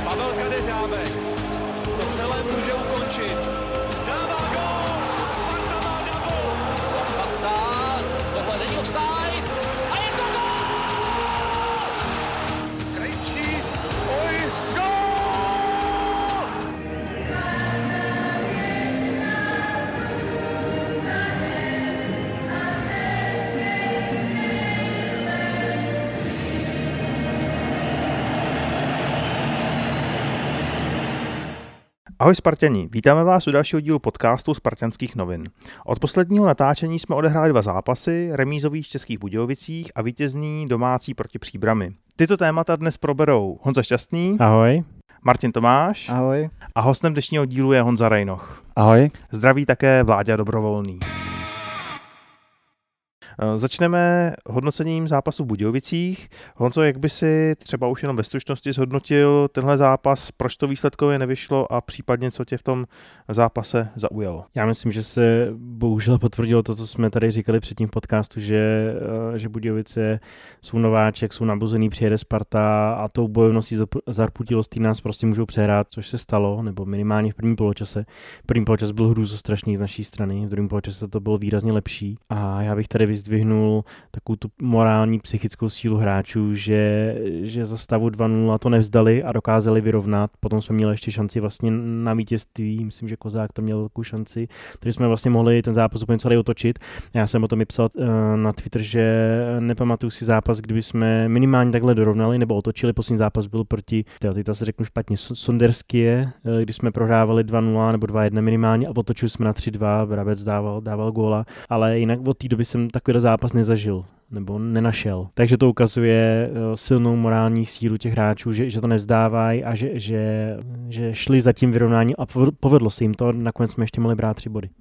Pavel Kadeřábek to celé může ukončit. Dává gól! Sparta má double! Sparta, tohle není offside a je to gól! Krejčí, oj, gól! Ahoj Sparťani, vítáme vás u dalšího dílu podcastu Spartanských novin. Od posledního natáčení jsme odehráli 2 zápasy, remízový v Českých Budějovicích a vítězný domácí proti Příbrami. Tyto témata dnes proberou Honza Šťastný. Ahoj. Martin Tomáš. Ahoj. A hostem dnešního dílu je Honza Rajnoch. Ahoj. Zdraví také Vláďa Dobrovolný. Začneme hodnocením zápasu v Budějovicích. Honzo, jak by si třeba už jenom ve stručnosti zhodnotil tenhle zápas, proč to výsledkově nevyšlo a případně co tě v tom zápase zaujalo? Já myslím, že se bohužel potvrdilo to, co jsme tady říkali předtím v podcastu, že Budějovice jsou nováček, jsou nabuzený, přijede Sparta a tou bojovností zarputilostí nás prostě můžou přehrát, což se stalo, nebo minimálně v prvním poločase. První poločas byl hrůzostrašný z naší strany, v druhém poločase to bylo výrazně lepší a já bych tady vyzdvihnul takovou tu morální, psychickou sílu hráčů, že za stavu 2-0 to nevzdali a dokázali vyrovnat. Potom jsme měli ještě šanci vlastně na vítězství, myslím, že Kozák tam měl velkou šanci, takže jsme vlastně mohli ten zápas úplně celý otočit. Já jsem o tom i psal na Twitter, že nepamatuju si zápas, kdyby jsme minimálně takhle dorovnali nebo otočili. Poslední zápas byl proti, teď to se řeknu špatně, Sonderskie, kdy jsme prohrávali 2-0 nebo 2-1 minimálně a otočili jsme na 3-2, Brabec dával góla, ale jinak od té doby jsem takový zápas nezažil nebo nenašel. Takže to ukazuje silnou morální sílu těch hráčů, že to nevzdávají a že šli za tím vyrovnáním a povedlo se jim to. Nakonec jsme ještě mohli brát 3 body.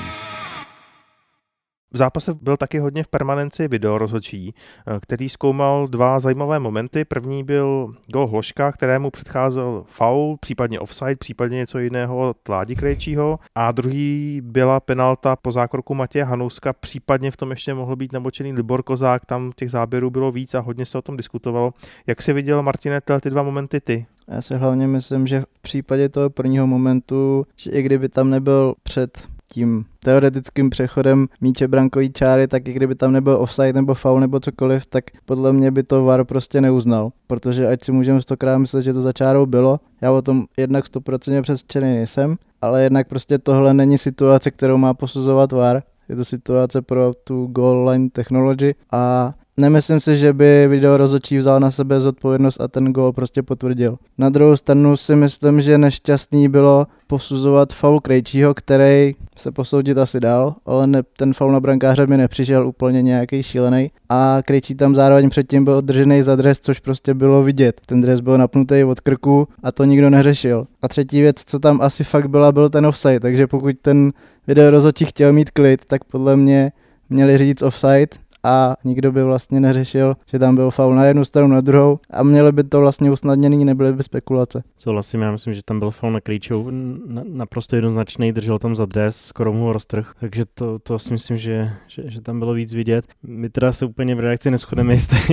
V zápase byl taky hodně v permanenci videorozhodčí, který zkoumal 2 zajímavé momenty. První byl gól Hloška, kterému předcházel faul, případně offside, případně něco jiného od Ládi Krejčího. A druhý byla penalta po zákroku Matěje Hanouska, případně v tom ještě mohl být nabočený Libor Kozák, tam těch záběrů bylo víc a hodně se o tom diskutovalo. Jak jsi viděl, Martine, ty 2 momenty ty? Já si hlavně myslím, že v případě toho prvního momentu, že i kdyby tam nebyl před tím teoretickým přechodem míče brankový čáry, tak i kdyby tam nebyl offside nebo foul nebo cokoliv, tak podle mě by to VAR prostě neuznal. Protože ať si můžeme 100krát myslet, že to za čárou bylo, já o tom jednak 100% přesvědčený nejsem, ale jednak prostě tohle není situace, kterou má posuzovat VAR. Je to situace pro tu goal line technology a nemyslím si, že by videorozhodčí vzal na sebe zodpovědnost a ten gól prostě potvrdil. Na druhou stranu si myslím, že nešťastný bylo posuzovat faul Krejčího, který se posoudit asi dal, ale ten faul na brankáře mi nepřišel úplně nějaký šílený. A Krejčí tam zároveň předtím byl držený za dres, což prostě bylo vidět. Ten dres byl napnutý od krku a to nikdo neřešil. A třetí věc, co tam asi fakt byla, byl ten offside, takže pokud ten videorozhodčí chtěl mít klid, tak podle mě měli říct offside a nikdo by vlastně neřešil, že tam byl faul na jednu stranu, na druhou a měli by to vlastně usnadněný, nebyly by spekulace. Souhlasím, já myslím, že tam byl faul na Krejčího naprosto jednoznačný, držel tam za dres, skoro mu ho roztrhl, takže to si myslím, že tam bylo víc vidět. My teda se úplně v redakci neshodeme,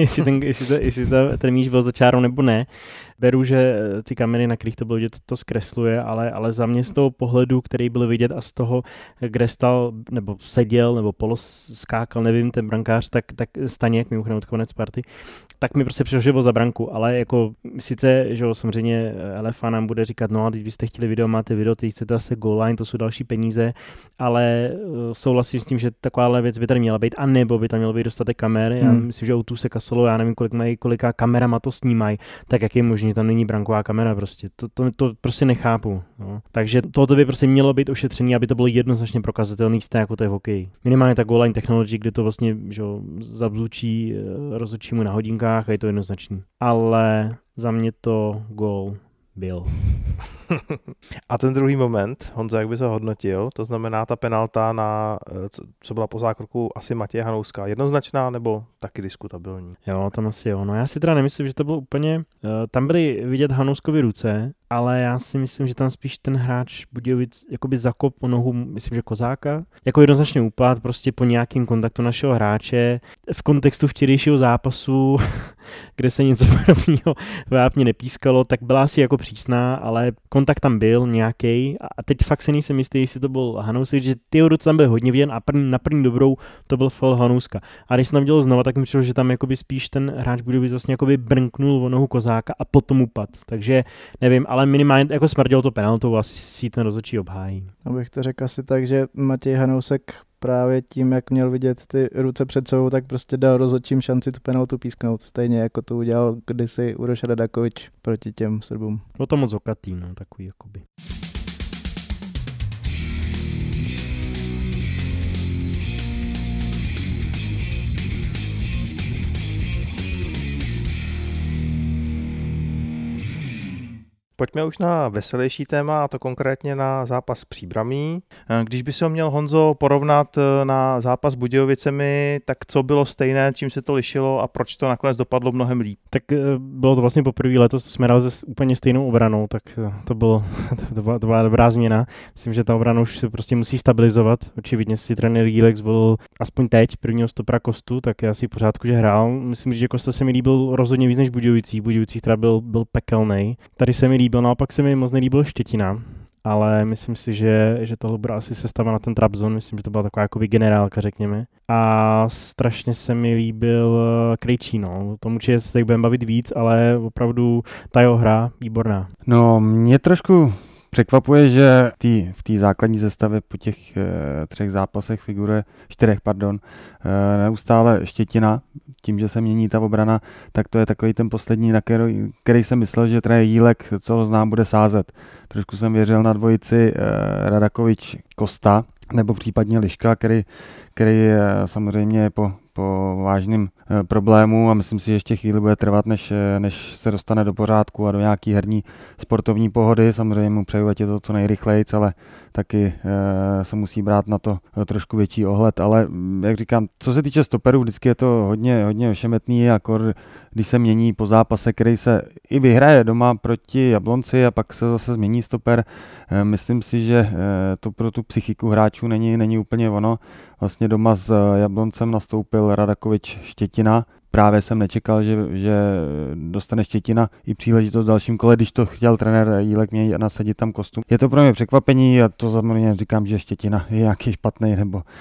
jestli ten míč byl za čárou nebo ne. Beru, že ty kamery, na kterých to bylo vidět, to zkresluje, ale za mě z toho pohledu, který byl vidět a z toho, kde stal, nebo seděl, nebo poloskákal, nevím, ten brankář, tak Staněk, mimochodem od konec party, tak mi prostě přišlo, že byl za branku, ale jako sice, že samozřejmě LFA nám bude říkat, no a když byste chtěli video, máte video, teď chcete zase goal line, to jsou další peníze, ale souhlasím s tím, že takováhle věc by tady měla být, a nebo by tam mělo být dostatek kamer. Já myslím, že O2 se kasolo, já nevím, kolika kamerama to snímají, tak jak je možné, že tam není branková kamera prostě. To prostě nechápu. No. Takže tohoto by prostě mělo být ošetřený, aby to bylo jednoznačně prokazatelný, stejně jako to je v hokeji. Minimálně ta goal line technology, kde to vlastně zabzučí rozhodčímu na hodinkách a je to jednoznačný. Ale za mě to gól byl. A ten druhý moment, Honzo, jak by se hodnotil, to znamená ta penalta co byla po zákroku asi Matěje Hanouska, jednoznačná nebo taky diskutabilní? Jo, tam asi jo. No já si teda nemyslím, že to bylo úplně, tam byly vidět Hanouskovy ruce ale já si myslím, že tam spíš ten hráč Budějovic jakoby zakop po nohu, myslím, že Kozáka, jako jednoznačně upad prostě po nějakém kontaktu našeho hráče. V kontextu včerejšího zápasu, kde se něco podobného vápně nepískalo, tak byla asi jako přísná, ale kontakt tam byl nějaký. A teď fakt se nejsem jistý, jestli to byl Hanousek, že ty ruce tam byl hodně viděn a na první dobrou to byl faul Hanouska. A když jsem tam dělal znova, tak mi přišlo, že tam jakoby spíš ten hráč Budějovic vlastně jakoby brnknul o nohu Kozáka a potom upad. Takže nevím, ale minimálně jako smrdilo to penaltou, asi si ten rozhodčí obhájí. Abych to řekl asi tak, že Matěj Hanousek právě tím, jak měl vidět ty ruce před sebou, tak prostě dal rozhodčím šanci tu penaltu písknout. Stejně jako to udělal kdysi Uroš Radakovič proti těm Srbům. Bylo to moc okatý, no, takový jakoby. Pojďme už na veselější téma, a to konkrétně na zápas Příbramí. Když by se ho měl Honzo porovnat na zápas s Budějovicemi, tak co bylo stejné, čím se to lišilo a proč to nakonec dopadlo mnohem líp? Tak bylo to vlastně poprvé letos, jsme hráli s úplně stejnou obranou, tak to byla dobrá změna. Myslím, že ta obrana už se prostě musí stabilizovat. Očividně si trenér Jílek zvolil aspoň teď prvního stopera Kostu, tak je asi v pořádku, že hrál. Myslím, že Kosta se mi líbil rozhodně víc než Budějovicích. Budějovicích teda byl pekelnej. Tady se mi líbil, naopak se mi moc nelíbil Štětina, ale myslím si, že tohle bude asi sestava na ten Trabzon, myslím, že to byla taková jakoby generálka, řekněme. A strašně se mi líbil Krejčí, no. Tomu určitě se teď budeme bavit víc, ale opravdu ta jeho hra výborná. No, mě trošku překvapuje, že v té základní sestavě po těch 3 zápasech figuruje, 4, neustále Štětina. Tím, že se mění ta obrana, tak to je takový ten poslední, na který jsem myslel, že trenér Jílek, co ho znám, bude sázet. Trošku jsem věřil na dvojici Radakovič-Kosta, nebo případně Liška, který samozřejmě je po vážným problému a myslím si, že ještě chvíli bude trvat, než se dostane do pořádku a do nějaký herní sportovní pohody. Samozřejmě mu přeju, ať je to co nejrychleji, ale taky se musí brát na to trošku větší ohled. Ale jak říkám, co se týče stoperů, vždycky je to hodně ošemetný, akor když se mění po zápase, který se i vyhraje doma proti Jablonci a pak se zase změní stoper. Myslím si, že to pro tu psychiku hráčů není úplně ono. Vlastně doma s Jabloncem nastoupil Radakovič Štětina. Právě jsem nečekal, že dostane Štětina i příležitost v dalším kole, když to chtěl trenér Jílek mě nasadit tam Kostu. Je to pro mě překvapení a to samozřejmě říkám, že Štětina je nějaký špatný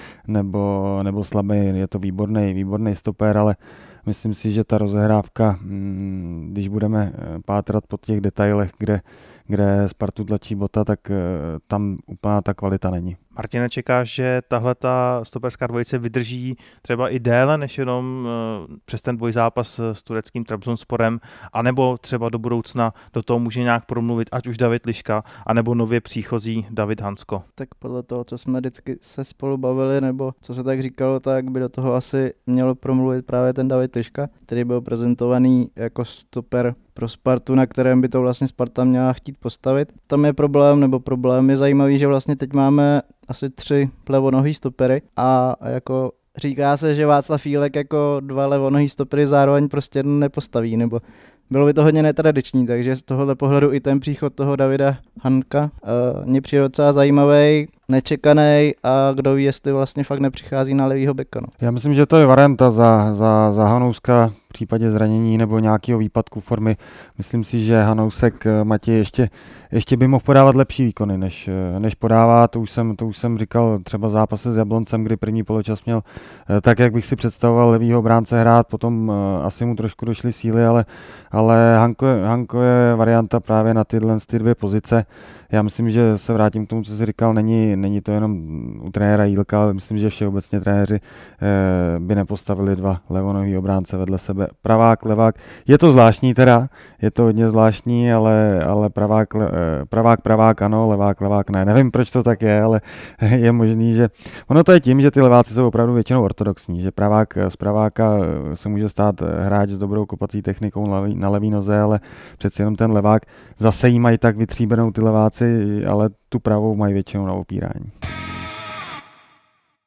nebo slabý. Je to výborný stoper, ale myslím si, že ta rozehrávka, když budeme pátrat po těch detailech, kde Spartu tlačí Bota, tak tam úplná ta kvalita není. Martine, čekáš, že tahle ta stoperská dvojice vydrží třeba i déle než jenom přes ten dvojzápas s tureckým Trabzonsporem, anebo třeba do budoucna do toho může nějak promluvit ať už David Liška, anebo nově příchozí David Hansko? Tak podle toho, co jsme vždycky se spolu bavili, nebo co se tak říkalo, tak by do toho asi mělo promluvit právě ten David Liška, který byl prezentovaný jako stoper pro Spartu, na kterém by to vlastně Sparta měla chtít postavit. Tam je problém je zajímavý, že vlastně teď máme asi 3 levonohý stopery a jako říká se, že Václav Jílek jako 2 levonohý stopery zároveň prostě nepostaví, nebo bylo by to hodně netradiční, takže z tohohle pohledu i ten příchod toho Davida Hanka mě přijde docela zajímavý, nečekaný a kdo ví, jestli vlastně fakt nepřichází na levýho beka. No. Já myslím, že to je varianta za Hanouska v případě zranění nebo nějakého výpadku formy. Myslím si, že Hanousek Matěj ještě by mohl podávat lepší výkony, než podává. To už jsem říkal třeba zápase s Jabloncem, kdy první poločas měl tak, jak bych si představoval levýho bránce hrát, potom asi mu trošku došly síly, ale Hanko je varianta právě na tyhle 2 pozice. Já myslím, že se vrátím k tomu, co jsi říkal, není to jenom u trenéra Jílka, ale myslím, že všeobecně trenéři by nepostavili 2 levonohý obránce vedle sebe. Pravák, levák. Je to zvláštní teda, je to hodně zvláštní, ale pravák ano, levák ne. Nevím, proč to tak je, ale je možný, že ono to je tím, že ty leváci jsou opravdu většinou ortodoxní, že z praváka se může stát hráč s dobrou kopací technikou na levý noze, ale přeci jenom ten levák zase jí mají tak vytříbenou ty leváci, ale tu pravou mají většinou na opírání.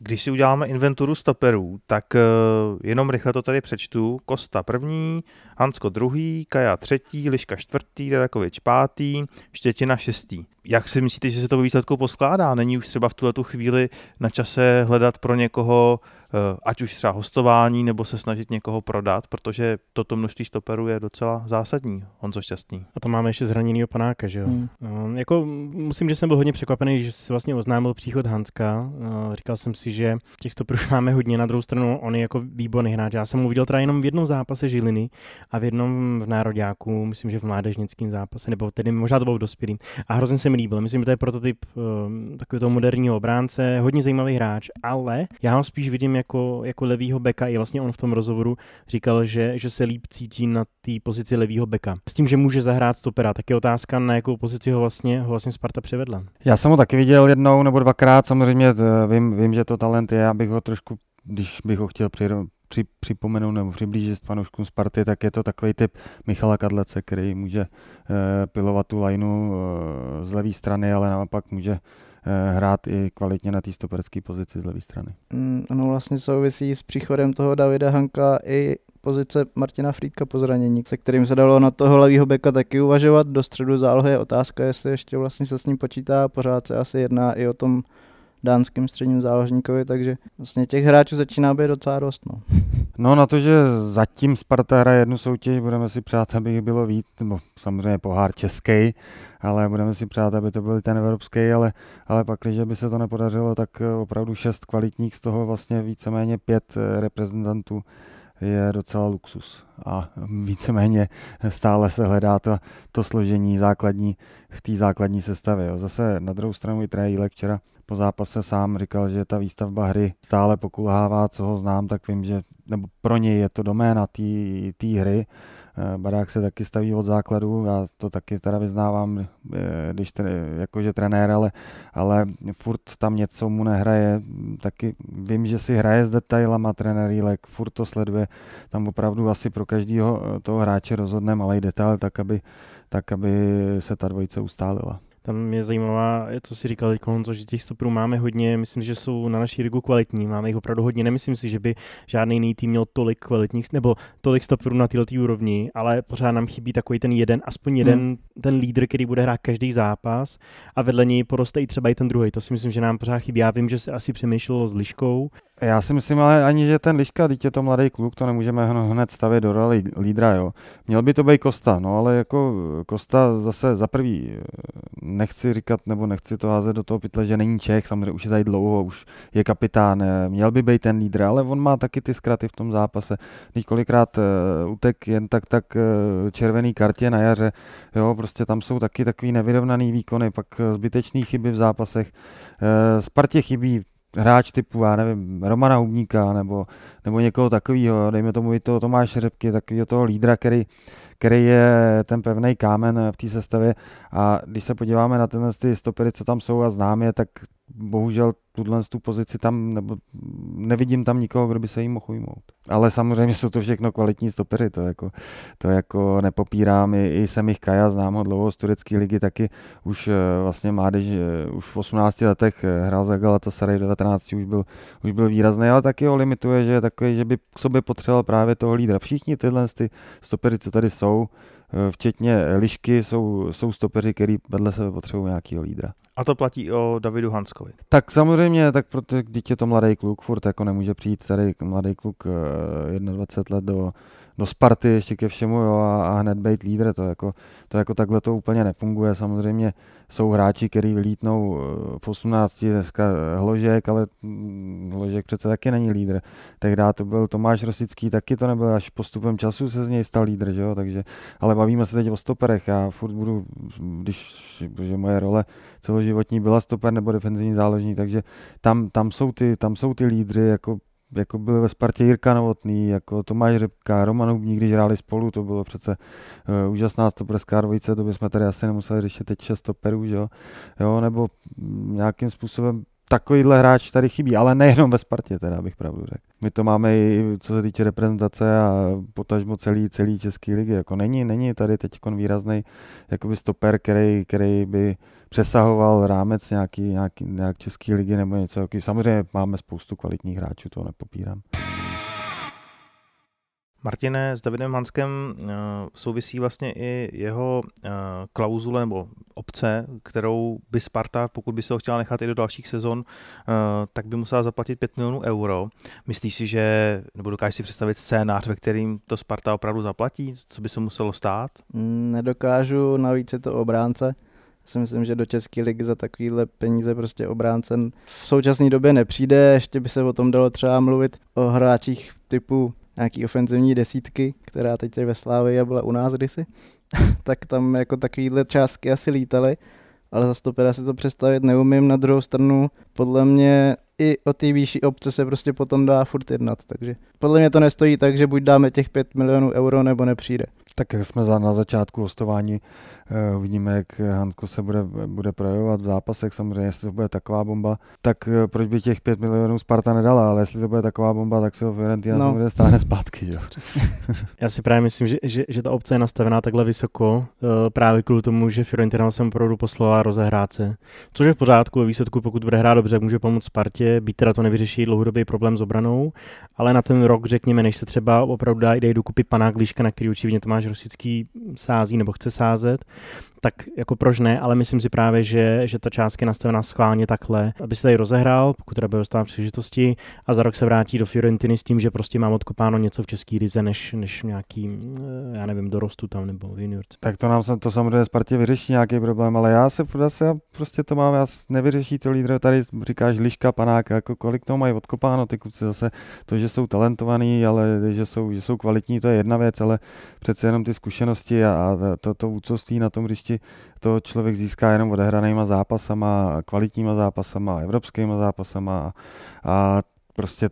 Když si uděláme inventuru stoperů, tak jenom rychle to tady přečtu. Kosta první, Hansko druhý, Kaja třetí, Liška čtvrtý, Radakovič pátý, Štětina šestý. Jak si myslíte, že se to výsledku poskládá? Není už třeba v tuhletu chvíli na čase hledat pro někoho, ať už třeba hostování, nebo se snažit někoho prodat, protože toto množství stoperů je docela zásadní, Honzo Šťastný. A to máme ještě zraněnýho Panáka, že jo? Jako musím, že jsem byl hodně překvapený, že si vlastně oznámil příchod Hanska. Říkal jsem si, že těch stoperů máme hodně, na druhou stranu on je jako výborný hráč. Já jsem mu viděl teda jenom v jednom zápase Žiliny a v jednom v nároďáku, myslím, že v mládežnickém zápase, nebo tedy možná to bylo v dospělým. A hrozně se mi líbil. Myslím, že to je prototyp takového toho moderního obránce, hodně zajímavý hráč, ale já ho spíš vidím jako levýho beka. I vlastně on v tom rozhovoru říkal, že se líp cítí na té pozici levýho beka. S tím, že může zahrát stopera, tak je otázka, na jakou pozici ho vlastně Sparta přivedla. Já jsem ho taky viděl jednou nebo dvakrát, samozřejmě vím, že to talent je, abych ho trošku, když bych ho chtěl připomenout nebo přiblížit fanouškům Sparty, tak je to takový typ Michala Kadlece, který může pilovat tu lineu z levé strany, ale naopak může hrát i kvalitně na té stoperské pozici z levé strany. Ono vlastně souvisí s příchodem toho Davida Hanka i pozice Martina Frýdka po zranění, se kterým se dalo na toho levýho beka taky uvažovat. Do středu zálohy je otázka, jestli ještě vlastně se s ním počítá, pořád se asi jedná i o tom dánském středním záložníkovi, takže vlastně těch hráčů začíná být docela dost. No na to, že zatím Sparta hraje jednu soutěž, budeme si přát, aby jich bylo víc, nebo samozřejmě pohár český, ale budeme si přát, aby to byl ten evropský, ale pak, když by se to nepodařilo, tak opravdu 6 kvalitních, z toho vlastně víceméně 5 reprezentantů je docela luxus a víceméně stále se hledá to složení základní v té základní sestavě. Jo. Zase na druhou stranu i Jílek včera po zápase sám říkal, že ta výstavba hry stále pokulhává, co ho znám, tak vím, že nebo pro něj je to doména té hry. Barák se taky staví od základu, já to taky teda vyznávám, když jakože trenér, ale furt tam něco mu nehraje, taky vím, že si hraje s detailama trenér Jílek, furt to sleduje, tam opravdu asi pro každého toho hráče rozhodne malý detail, tak aby se ta dvojice ustálila. Tam je zajímavá, co si říkal teď, Honzo, že těch stoperů máme hodně, myslím, že jsou na naší ligu kvalitní, máme jich opravdu hodně, nemyslím si, že by žádný jiný tým měl tolik kvalitních, nebo tolik stoperů na této úrovni, ale pořád nám chybí takový ten aspoň jeden ten lídr, který bude hrát každý zápas a vedle něj poroste i třeba i ten druhý. To si myslím, že nám pořád chybí. Já vím, že se asi přemýšlelo s Liškou. Já si myslím, ale ani, že ten Liška, teď je to mladý kluk, to nemůžeme hned stavět do roli lídra, jo. Měl by to být Kosta, no ale jako Kosta zase za prvý nechci říkat, nebo nechci to házet do toho pytle, že není Čech, samozřejmě už je tady dlouho, už je kapitán, měl by být ten lídr, ale on má taky ty zkraty v tom zápase. Teď kolikrát utek jen tak červený kartě na jaře, jo, prostě tam jsou taky takový nevyrovnaný výkony, pak zbytečný chyby v zápasech. Spartě chybí hráč typu, já nevím, Romana Hubníka nebo někoho takového, dejme tomu i toho Tomáše Řepky, takového toho lídra, který je ten pevný kámen v té sestavě, a když se podíváme na tyhle stopery, co tam jsou a znám je, tak bohužel tu pozici tam, nebo nevidím tam nikoho, kdo by se jim mohl ujmout. Ale samozřejmě jsou to všechno kvalitní stopeři, to jako nepopírám, i Semih Kaja, znám ho dlouho z turecké ligy, taky už vlastně mládež, už v 18 letech hrál za Galatasaray, do 19 už byl výrazný, ale taky ho limituje, že je takový, že by k sobě potřeboval právě toho lídra. Všichni tyhle stopeři, co tady jsou, včetně Lišky, jsou stopeři, který vedle sebe potřebují nějakého lídra. A to platí o Davidu Hanskovi. Tak samozřejmě, tak proto, když je to mladý kluk, furt jako nemůže přijít tady mladý kluk 21 let do Sparty ještě ke všemu, jo, a hned být lídr, to jako takhle to úplně nefunguje. Samozřejmě jsou hráči, kteří vylítnou v 18, dneska Hložek, ale Hložek přece taky není lídr. Tehdy to byl Tomáš Rosický, taky to nebyl, až postupem času se z něj stal lídr, že jo, takže, ale bavíme se teď o stoperech, já furt budu, protože moje role celoživotní byla stoper nebo defenzivní záložník, takže tam jsou ty lídři, jako byl ve Spartě Jirka Novotný, jako Tomáš Řepka, Roman Hubník, když hráli spolu, to bylo přece úžasná stoperská dvojice, to bychom tady asi nemuseli řešit teď 6 stoperů, že jo, nebo nějakým způsobem takovýhle hráč tady chybí, ale nejenom ve Spartě, teda bych pravdu řekl. My to máme i co se týče reprezentace a potažmo celý český ligy, jako není tady teď výrazný jakoby stoper, který by přesahoval rámec nějak české ligy nebo něco. Samozřejmě máme spoustu kvalitních hráčů, to nepopírám. Martine, s Davidem Hanskem souvisí vlastně i jeho klauzule nebo opce, kterou by Sparta, pokud by se ho chtěla nechat i do dalších sezon, tak by musela zaplatit 5 milionů euro. Myslíš si, že, nebo dokážeš si představit scénář, ve kterým to Sparta opravdu zaplatí? Co by se muselo stát? Nedokážu, navíc je to obránce. Si myslím, že do České ligy za takovýhle peníze prostě obránce v současné době nepřijde. Ještě by se o tom dalo třeba mluvit o hráčích typu nějaký ofenzivní desítky, která teď je ve Slávii a byla u nás kdysi, tak tam jako takovýhle částky asi lítaly, ale za stopera si to představit neumím. Na druhou stranu podle mě i o té výšší opce se prostě potom dá furt jednat, takže podle mě to nestojí tak, že buď dáme těch 5 milionů euro, nebo nepřijde. Tak jak jsme na začátku hostování, uvidíme, jak Hansko se bude projevovat v zápasech. Samozřejmě, jestli to bude taková bomba, tak proč by těch 5 milionů Sparta nedala, ale jestli to bude taková bomba, tak se ho Fiorentina bude stáhne zpátky. Jo? Já si právě myslím, že ta opce je nastavená takhle vysoko právě kvůli tomu, že Fiorentina sem opravdu poslala rozehrát se. Což je v pořádku, ve výsledku, pokud bude hrát dobře, může pomoct Spartě, byť teda to nevyřeší dlouhodobý problém s obranou, ale na ten rok, řekněme, než se třeba opravdu dá dokupit Panák Líška, na který určitě Tomáš Rosický sází nebo chce sázet, tak jako proč ne, ale myslím si právě, že ta částka je nastavená schválně takhle, aby se tady rozehrál, pokud teda bude dostat příležitosti a za rok se vrátí do Fiorentiny s tím, že prostě mám odkopáno něco v český lize, než nějaký, já nevím, dorostu tam nebo v juniorce. Tak to samozřejmě Spartě vyřeší nějaký problém, ale já prostě to mám, nevyřeší to lídr, tady říkáš Liška, Panák, jako kolik toho mají odkopáno, ty kluci zase to, že jsou talentovaní, ale že jsou kvalitní, to je jedna věc, ale přece jenom ty zkušenosti a to vůdcovství na tom hřišti, to člověk získá jenom odehranýma zápasama, kvalitníma zápasama, evropskýma zápasama a prostě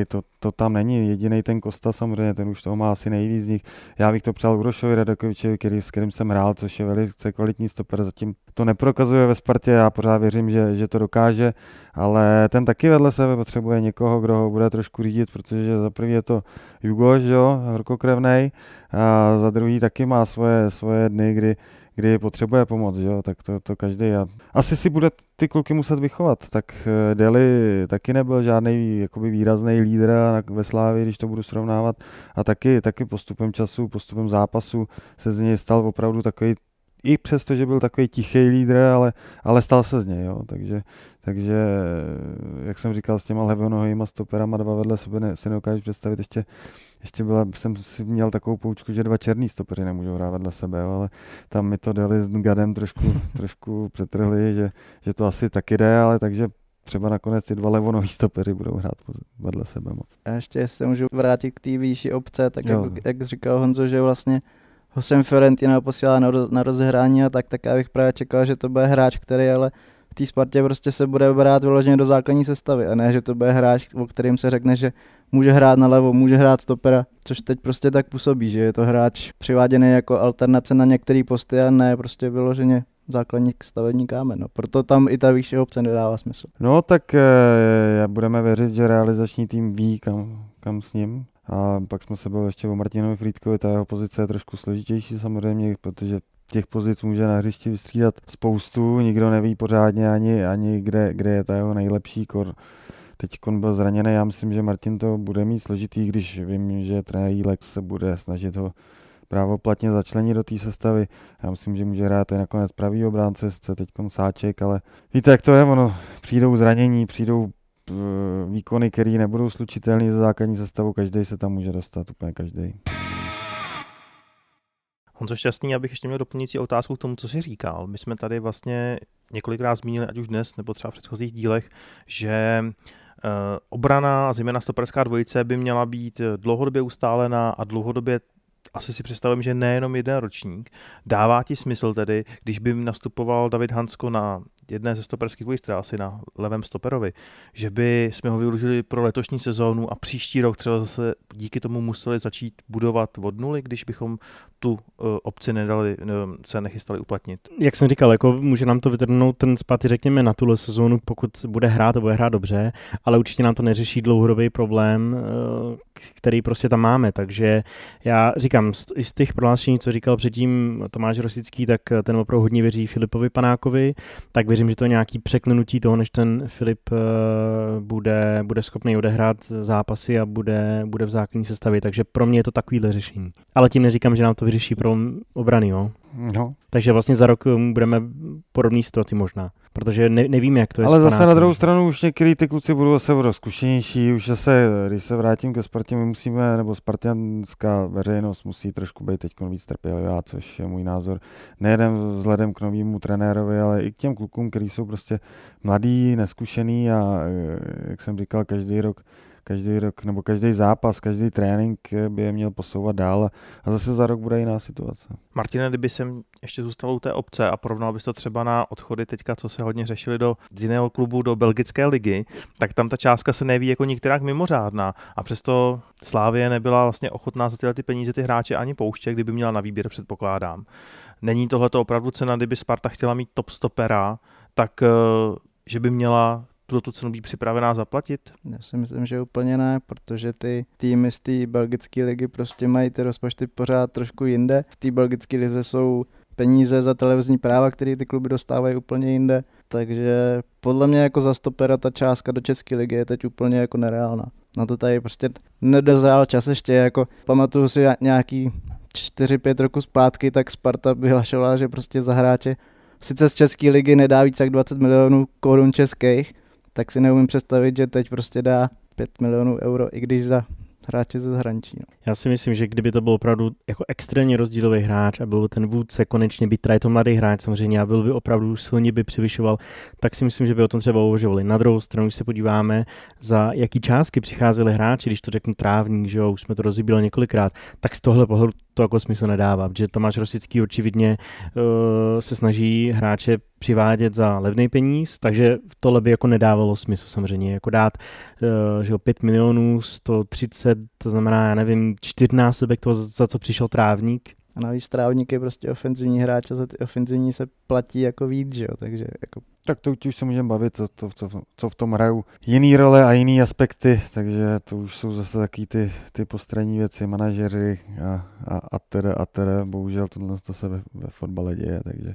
to tam není. Jedinej ten Kosta samozřejmě, ten už toho má asi nejvíc z nich. Já bych to přál Urošovi Radakovičovi, s kterým jsem hrál, což je velice kvalitní stoper. Zatím to neprokazuje ve Spartě, já pořád věřím, že to dokáže, ale ten taky vedle sebe potřebuje někoho, kdo ho bude trošku řídit, protože za prvý je to Jugoš, jo, horkokrevnej, a za druhý taky má svoje dny, kdy potřebuje pomoc, jo, tak to každý. Asi si bude ty kluky muset vychovat, tak Deli taky nebyl žádný jakoby výrazný lídr ve Slávii, když to budu srovnávat, a taky postupem času, postupem zápasu se z něj stal opravdu takový, i přesto, že byl takový tichý lídr, ale stal se z něj, jo, takže jak jsem říkal, s těma levonohýma stoperama dva vedle sebe si nedokážu představit, ještě jsem si měl takovou poučku, že dva černý stopeři nemůžou hrát vedle sebe, jo, ale tam mi to dali s Gadem trošku přetrhli, že to asi taky jde, ale takže třeba nakonec ty dva levonohý stopeři budou hrát vedle sebe moc. A ještě se můžu vrátit k té výšší opce, tak jak říkal Honzo, že vlastně ho sem Fiorentina posílá na rozehrání a tak já bych právě čekal, že to bude hráč, který ale v té Spartě prostě se bude brát vyloženě do základní sestavy a ne, že to bude hráč, o kterým se řekne, že může hrát na levo, může hrát stopera, což teď prostě tak působí, že je to hráč přiváděný jako alternace na některé posty a ne prostě vyloženě základní stavební kámen. No. Proto tam i ta výšší opce nedává smysl. No tak budeme věřit, že realizační tým ví, kam s ním. A pak jsme se bavili ještě o Martinovi Frýdkovi, ta jeho pozice je trošku složitější samozřejmě, protože těch pozic může na hřišti vystřídat spoustu, nikdo neví pořádně ani kde je ta jeho nejlepší kor. Teď byl zraněný, já myslím, že Martin to bude mít složitý, když vím, že trenér Jílek se bude snažit ho právoplatně začlenit do té sestavy. Já myslím, že může hrát i nakonec pravý obránce, teď Sáček, ale víte, jak to je, přijdou zranění, přijdou výkony, které nebudou slučitelné za základní sestavu, každý se tam může dostat, úplně každý. Honzo Šťastný, abych ještě měl doplňující otázku k tomu, co jsi říkal. My jsme tady vlastně několikrát zmínili, ať už dnes, nebo třeba v předchozích dílech, že obrana a zejména stoperská dvojice by měla být dlouhodobě ustálená a dlouhodobě asi si představím, že nejenom jeden ročník. Dává ti smysl tedy, když by nastupoval David Hansko na jedné ze stoperských dvojic, teda asi na levém stoperovi, že by jsme ho využili pro letošní sezónu a příští rok třeba zase díky tomu museli začít budovat od nuly, když bychom tu opci se nechystali uplatnit. Jak jsem říkal, jako může nám to vytrhnout ten zpátky, řekněme, na tuhle sezónu, pokud bude hrát dobře, ale určitě nám to neřeší dlouhodobý problém, který prostě tam máme, takže já říkám, i z těch prohlášení, co říkal předtím Tomáš Rosický, tak ten opravdu hodně věří Filipovi Panákovi, tak věřím, že to je nějaký překlenutí toho, než ten Filip bude schopný odehrát zápasy a bude v základní sestavě, takže pro mě je to takovýhle řešení. Ale tím neříkám, že nám to vyřeší pro obrany, jo. No. Takže vlastně za rok budeme podobné situaci možná, protože nevíme, jak to je. Ale zase na druhou stranu už některý ty kluci budou zase zkušenější, už zase, když se vrátím ke Spartě, my musíme, nebo spartianská veřejnost musí trošku být teď víc trpělivá, což je můj názor. Nejen vzhledem k novému trenérovi, ale i k těm klukům, kteří jsou prostě mladí, neskušený a jak jsem říkal, každý rok nebo každý zápas, každý trénink by je měl posouvat dál a zase za rok bude jiná situace. Martine, kdyby jsem ještě zůstal u té opce a porovnal bys to třeba na odchody teďka, co se hodně řešili z jiného klubu do belgické ligy, tak tam ta částka se neví jako některák mimořádná a přesto Slavie nebyla vlastně ochotná za ty peníze ty hráče ani pouštět, kdyby měla na výběr, předpokládám. Není tohleto opravdu cena, kdyby Sparta chtěla mít top stopera, tak že by měla tu cenu být připravená zaplatit? Já si myslím, že úplně ne, protože ty týmy z té belgické ligy prostě mají ty rozpočty pořád trošku jinde. V té belgické lize jsou peníze za televizní práva, které ty kluby dostávají úplně jinde, takže podle mě jako za stopera ta částka do české ligy je teď úplně jako nereálná. Na to tady prostě nedozrál čas ještě, jako pamatuju si nějaký 4-5 roku zpátky, tak Sparta vyhlašovala, že prostě za hráče sice z české ligy nedá víc jak 20 milionů korun českých, tak si neumím představit, že teď prostě dá 5 milionů euro, i když za hráče ze zahraničí. No. Já si myslím, že kdyby to byl opravdu jako extrémně rozdílový hráč a byl ten vůdce konečně, byť je to mladý hráč samozřejmě a byl by opravdu silně by převyšoval, tak si myslím, že by o tom třeba uvažovali. Na druhou stranu, když se podíváme, za jaký částky přicházeli hráči, když to řeknu Trávník, že jo, už jsme to rozbíjeli několikrát, tak z tohle pohledu to jako smysl nedává, protože Tomáš Rosický očividně se snaží hráče přivádět za levný peníz, takže tohle by jako nedávalo smysl samozřejmě, jako dát že jo, 5 milionů 130, to znamená, já nevím, 4násobek toho, za co přišel Trávník. A navíc Trávník je prostě ofenzivní hráč a za ty ofenzivní se platí jako víc, že jo, takže jako... Tak to už se můžeme bavit, co v tom hrajou jiný role a jiný aspekty, takže to už jsou zase taky ty postranní věci, manažeři a teda, bohužel tohle se ve fotbale děje, takže...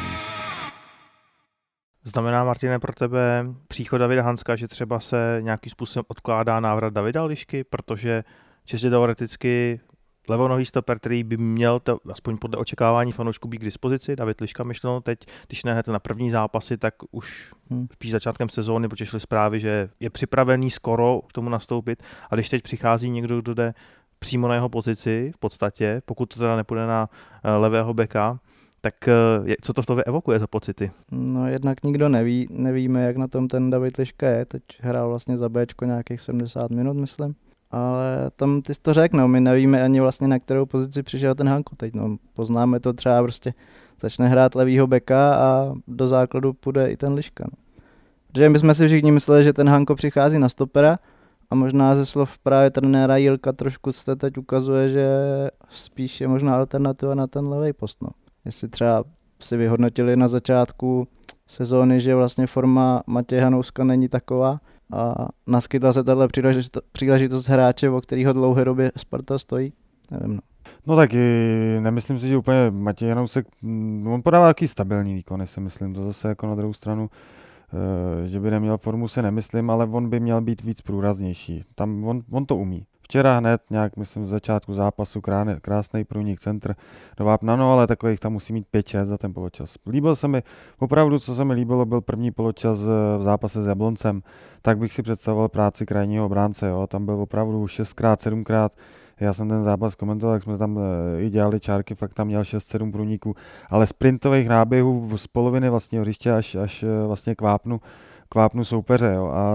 Znamená, Martine, pro tebe příchod Davida Hanska, že třeba se nějakým způsobem odkládá návrat Davida Lišky, protože čistě teoreticky levonohý stoper, který by měl aspoň podle očekávání fanoušků být k dispozici, David Liška myšleno teď, když ne na první zápasy, tak už spíš začátkem sezóny, protože šly zprávy, že je připravený skoro k tomu nastoupit, a když teď přichází někdo, kdo jde přímo na jeho pozici v podstatě, pokud to teda nepůjde na levého beka, tak co to v tobě evokuje za pocity? No jednak nikdo neví, nevíme, jak na tom ten David Liška je, teď hrál vlastně za Bčko nějakých 70 minut, myslím. Ale tam ty jsi to řekl, no, my nevíme ani vlastně, na kterou pozici přišel ten Hanko teď, no, poznáme to třeba prostě, začne hrát levýho beka a do základu půjde i ten Liška, no. Protože my jsme si všichni mysleli, že ten Hanko přichází na stopera a možná ze slov právě trenéra Jílka trošku se teď ukazuje, že spíš je možná alternativa na ten levý post, no. Jestli třeba si vyhodnotili na začátku sezóny, že vlastně forma Matěje Hanouska není taková a naskytla se tato příležitost hráče, o kterého dlouhé době Sparta stojí, nevím, no. No tak nemyslím si, že úplně Matěj Hanousek, on podává taky stabilní výkony, si myslím, to zase jako na druhou stranu, že by neměl formu, si nemyslím, ale on by měl být víc průraznější, tam on to umí. Včera hned nějak, myslím, z začátku zápasu krásný průnik centr do vápna, no ale takových tam musí mít 5-6 za ten poločas. Líbil se mi, opravdu, co se mi líbilo, byl první poločas v zápase s Jabloncem, tak bych si představoval práci krajního obránce, jo, tam byl opravdu 6x, 7x, já jsem ten zápas komentoval, jak jsme tam i dělali čárky, fakt tam měl 6-7 průniků, ale sprintových náběhů z poloviny vlastního hřiště až vlastně k vápnu soupeře, jo, a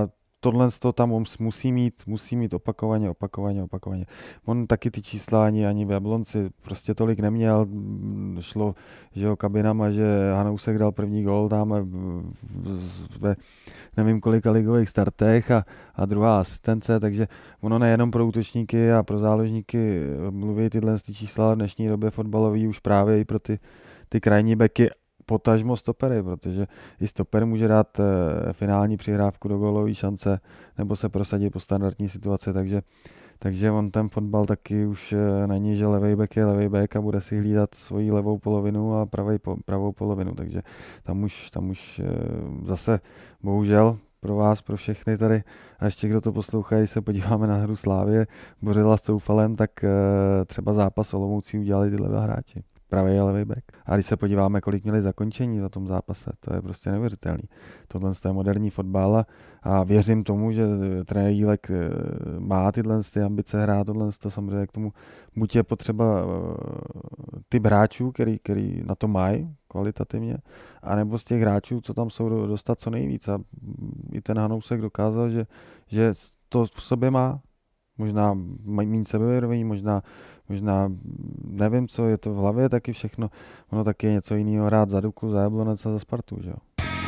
tohle tam musí mít opakovaně. On taky ty čísla ani v Jablonci prostě tolik neměl, šlo, že jo, kabinama, že Hanousek dal první gól tam ve nevím kolika ligových startech a druhá asistence, takže ono nejenom pro útočníky a pro záložníky mluví tyhle čísla v dnešní době fotbalový už právě i pro ty krajní beky, potažmo stopery, protože i stoper může dát finální přihrávku do gólové šance nebo se prosadit po standardní situaci, takže on ten fotbal taky už není, že levej back je levej back a bude si hlídat svoji levou polovinu a pravou polovinu, takže tam už zase bohužel pro vás, pro všechny tady a ještě kdo to poslouchají, se podíváme na hru Slávie Bořila s Coufalem, tak třeba zápas Olomoucí udělali tyhle dva hráči. Pravý a levý back. A když se podíváme, kolik měli zakončení na tom zápase, to je prostě neuvěřitelný. Tohle je moderní fotbal a věřím tomu, že trenér Jílek má tyhle ambice hrát tohle, samozřejmě k tomu buď je potřeba typ hráčů, který na to mají kvalitativně, anebo z těch hráčů, co tam jsou, dostat co nejvíc. A i ten Hanousek dokázal, že to v sobě má. Možná méně sebevědomí, možná nevím, co je to v hlavě, taky všechno. Ono taky je něco jiného hrát za Duklu, za Jablonec a za Spartu, že jo.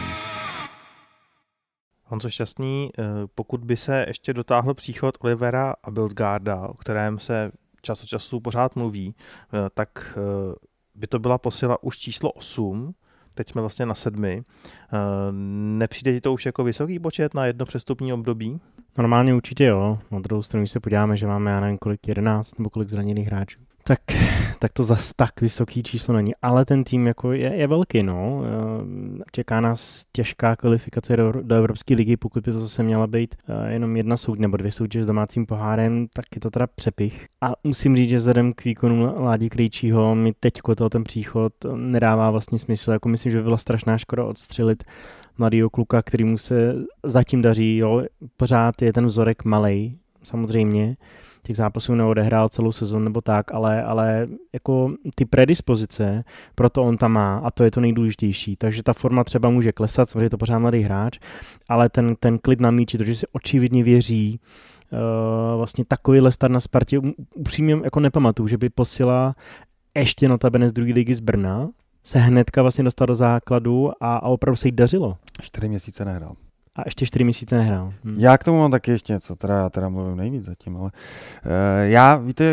Honzo Šťastný, pokud by se ještě dotáhl příchod Olivera a Bildgarda, o kterém se čas od času pořád mluví, tak by to byla posila už číslo 8, teď jsme vlastně na 7. Nepřijde ti to už jako vysoký počet na jedno přestupní období? Normálně určitě jo. Na druhou stranu, když se podíváme, že máme, já nevím, kolik 11 nebo kolik zraněných hráčů, tak to zas tak vysoký číslo není. Ale ten tým jako je velký, no. Čeká nás těžká kvalifikace do Evropské ligy, pokud by to zase měla být jenom jedna soutěž nebo 2 soutěže s domácím pohárem, tak je to teda přepich. A musím říct, že vzhledem k výkonu Ládi Krejčího mi teďko ten příchod nedává vlastně smysl. Jako myslím, že by byla strašná škoda odstřelit mladýho kluka, kterýmu se zatím daří, jo. Pořád je ten vzorek malej, samozřejmě. Těch zápasů neodehrál celou sezonu nebo tak, ale jako ty predispozice, proto on tam má a to je to nejdůležitější. Takže ta forma třeba může klesat, samozřejmě je to pořád mladý hráč, ale ten klid na míči, to, že si očividně věří, vlastně takovýhle start na Spartě, upřímně jako nepamatuju, že by posila ještě notabene z druhé ligy z Brna, se hnedka vlastně dostal do základu a opravdu se jí dařilo. 4 měsíce nehrál. A ještě 4 měsíce nehrál. Já k tomu mám taky ještě něco, já teda mluvím nejvíc zatím, ale já, víte,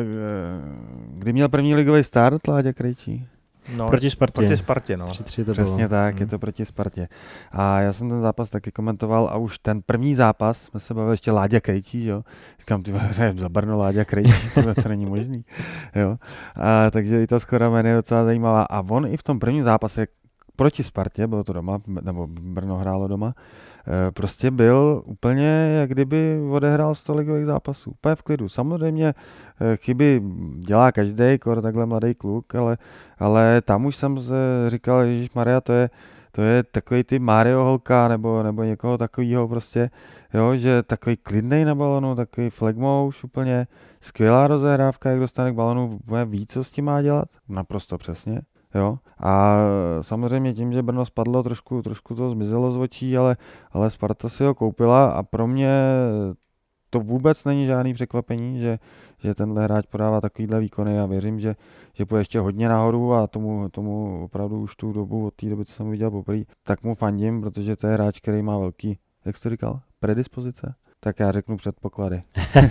kdy měl první ligový start Láďa Krejčí? No, proti Spartě, no. 3-3 to přesně bylo. tak, je to proti Spartě. A já jsem ten zápas taky komentoval a už ten první zápas, jsme se bavili ještě Láďa Krejčí, jo. Říkám, ty za Brno Láďa Krejčí, to není možný, jo. A takže i ta skóra je docela zajímavá. A on i v tom prvním zápase proti Spartě, bylo to doma, nebo Brno hrálo doma, prostě byl úplně, jak kdyby odehrál 100 ligových zápasů. Úplně v klidu. Samozřejmě chyby dělá každý, takhle mladý kluk, ale tam už jsem říkal, ježišmarja, to je takový ty Mario Holka nebo někoho takového prostě, jo, že takový klidnej na balonu, takový flegmouš úplně, skvělá rozehrávka, jak dostane k balonu, ví, co s tím má dělat, naprosto přesně. Jo? A samozřejmě tím, že Brno spadlo, trošku to zmizelo z očí, ale Sparta si ho koupila a pro mě to vůbec není žádný překvapení, že tenhle hráč podává takovýhle výkony a věřím, že půjde ještě hodně nahoru a tomu opravdu už tu dobu, od té doby, co jsem ho viděl poprvé, tak mu fandím, protože to je hráč, který má velký, jak jsi to říkal, predispozice? Tak já řeknu předpoklady.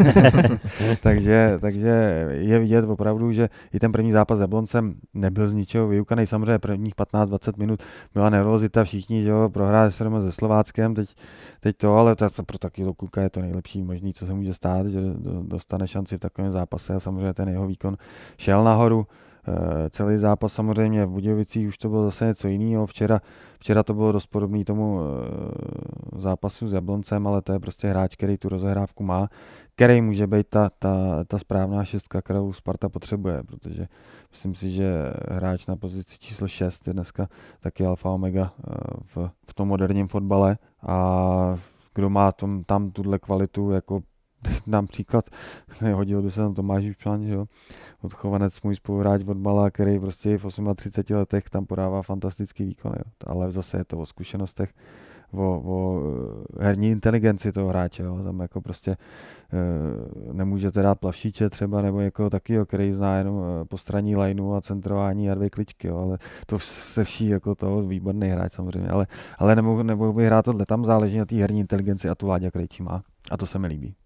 takže je vidět opravdu, že i ten první zápas s Jabloncem nebyl z ničeho vyukaný. Samozřejmě prvních 15-20 minut byla nervozita, všichni, že jo, prohráli se Slováckem, teď to, ale pro takového kluka je to nejlepší možný, co se může stát, že dostane šanci v takovém zápase a samozřejmě ten jeho výkon šel nahoru. Celý zápas samozřejmě v Budějovicích už to bylo zase něco jiného. Včera to bylo dost podobný tomu zápasu s Jabloncem, ale to je prostě hráč, který tu rozehrávku má, který může být ta správná šestka, kterou Sparta potřebuje, protože myslím si, že hráč na pozici číslo 6 je dneska taky alfa omega v tom moderním fotbale a kdo má tam tuhle kvalitu, jako dám příklad, hodil by se tam Tomáš Vypšan, že jo, odchovanec můj spoluhráč od mala, který prostě v 38 letech tam podává fantastický výkon, jo. Ale zase je to o zkušenostech o herní inteligenci toho hráče. Jo. Tam jako prostě nemůžete dát Plavšíče třeba nebo někoho takového, který zná jenom postranní lineu a centrování a 2 kličky, jo. Ale to se vší jako toho výborný hráč samozřejmě, ale nemohu bych hrát tohle, tam záleží na té herní inteligenci a tu Láďa Krejčí má a to se mi líbí.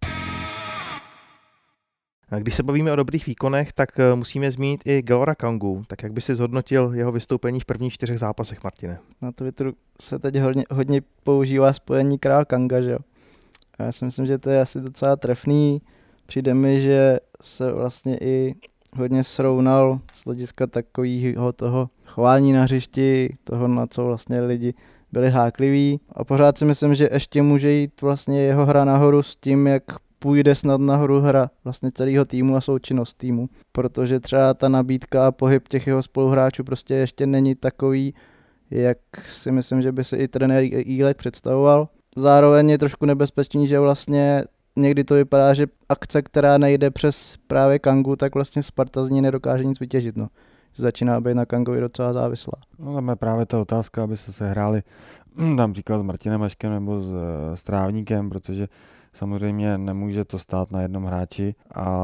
Když se bavíme o dobrých výkonech, tak musíme zmínit i Galora Kangu. Tak jak by si zhodnotil jeho vystoupení v prvních 4 zápasech, Martine? Na Twitteru se teď hodně používá spojení král Kanga, že jo. A já si myslím, že to je asi docela trefný. Přijde mi, že se vlastně i hodně srovnal z hlediska takového toho chování na hřišti, toho, na co vlastně lidi byli hákliví. A pořád si myslím, že ještě může jít vlastně jeho hra nahoru s tím, jak půjde snad nahoru hra vlastně celého týmu a součinnost týmu, protože třeba ta nabídka a pohyb těch jeho spoluhráčů prostě ještě není takový, jak si myslím, že by si i trenér Jílek představoval. Zároveň je trošku nebezpečný, že vlastně někdy to vypadá, že akce, která nejde přes právě Kangu, tak vlastně Sparta z ní nedokáže nic vytěžit. No. Začíná být na Kangovi docela závislá. No tam je právě ta otázka, aby se hráli například s Martinem Haškem nebo s Trávníkem, protože samozřejmě nemůže to stát na jednom hráči,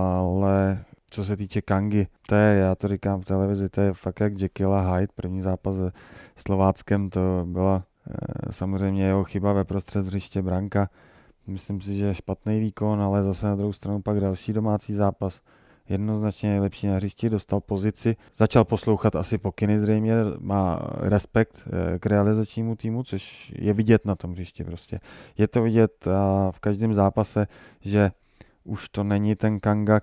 ale co se týče Kangy, já to říkám v televizi, to je fakt jak Jekyll a Hyde. První zápas se Slováckem, to byla samozřejmě jeho chyba ve prostřed hřiště, branka. Myslím si, že je špatný výkon, ale zase na druhou stranu pak další domácí zápas. Jednoznačně nejlepší na hřišti, dostal pozici, začal poslouchat asi pokyny zřejmě, má respekt k realizačnímu týmu, což je vidět na tom hřišti prostě. Je to vidět v každém zápase, že už to není ten Kanga,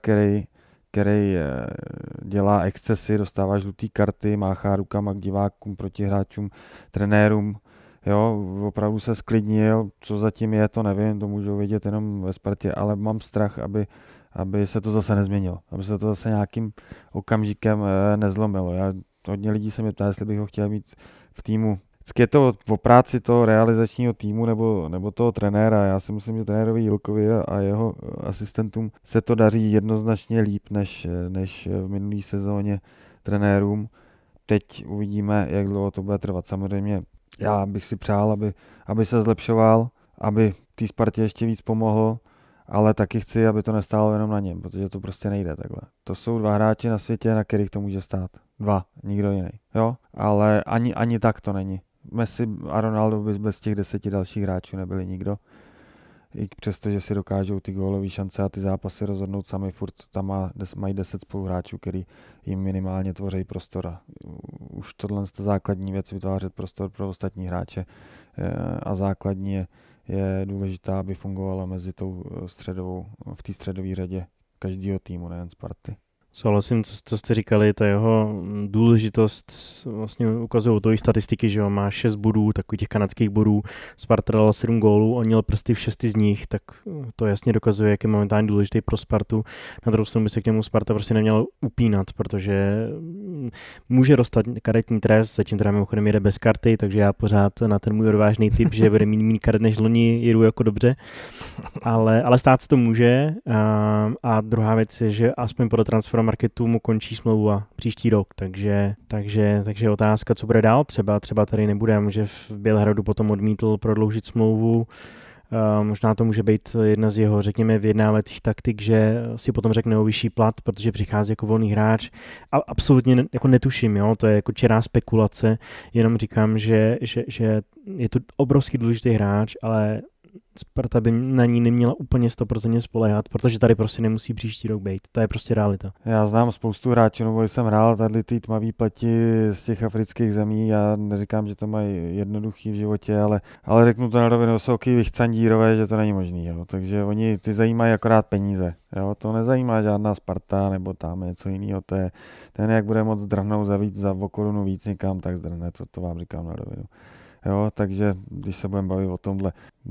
který dělá excesy, dostává žlutý karty, máchá rukama k divákům, protihráčům, trenérům. Jo, opravdu se sklidnil, co zatím je, to nevím, to můžou vidět jenom ve Spartě, ale mám strach, aby se to zase nezměnilo, aby se to zase nějakým okamžikem nezlomilo. Hodně lidí se mě ptá, jestli bych ho chtěl mít v týmu. Vždycky je to o práci toho realizačního týmu nebo toho trenéra. Já si myslím, že trenérovi Jílkovi a jeho asistentům se to daří jednoznačně líp než v minulé sezóně trenérům. Teď uvidíme, jak dlouho to bude trvat. Samozřejmě já bych si přál, aby se zlepšoval, aby té Spartě ještě víc pomohl, ale taky chci, aby to nestálo jenom na něm, protože to prostě nejde takhle. To jsou 2 hráči na světě, na kterých to může stát. 2, nikdo jiný. Jo? Ale ani tak to není. Messi a Ronaldo by bez těch 10 dalších hráčů nebyli nikdo. I přesto, že si dokážou ty gólové šance a ty zápasy rozhodnout sami, furt tam mají 10 spoluhráčů, který jim minimálně tvoří prostor. A už tohle je základní věc, vytvářet prostor pro ostatní hráče a základní je důležitá, aby fungovala mezi tou středovou, v té středové řadě každého týmu, nejen Sparty. Souhlasím, co jste říkali, ta jeho důležitost vlastně ukazují to i statistiky, že má 6 bodů, takových těch kanadských bodů, Sparta dala 7 gólů, on měl prsty v 6 z nich, tak to jasně dokazuje, jak je momentálně důležitý pro Spartu. Na druhou stranu by se k němu Sparta prostě neměla upínat, protože může dostat karetní trest, zatím teda mimochodem jede bez karty, takže já pořád na ten můj odvážný tip, že bude mít méně karet než loni, jedu jako dobře, ale stát se to může a druhá věc je, že aspoň podle transferu marketu mu končí smlouva příští rok, takže otázka, co bude dál, třeba tady nebude, může v Bělehradu potom odmítl prodloužit smlouvu, možná to může být jedna z jeho, řekněme, vyjednávacích taktik, že si potom řekne o vyšší plat, protože přichází jako volný hráč a absolutně jako netuším, jo? To je jako čirá spekulace, jenom říkám, že je to obrovský důležitý hráč, ale Sparta by na ní neměla úplně 100% spoléhat, protože tady prostě nemusí příští rok být. To je prostě realita. Já znám spoustu hráčů, nebo když jsem hrál tady ty tmavý pleti z těch afrických zemí, já neříkám, že to mají jednoduchý v životě, ale řeknu to na rovinu, jsou vychcandírové, že to není možný. Jo. Takže oni ty zajímají akorát peníze. Jo. To nezajímá žádná Sparta nebo tam něco jiného. To je ten, jak bude moc drhnout za o korunu víc někam, tak zdrhne, to vám říkám na rovinu. Jo, takže když se budeme bavit o tomhle,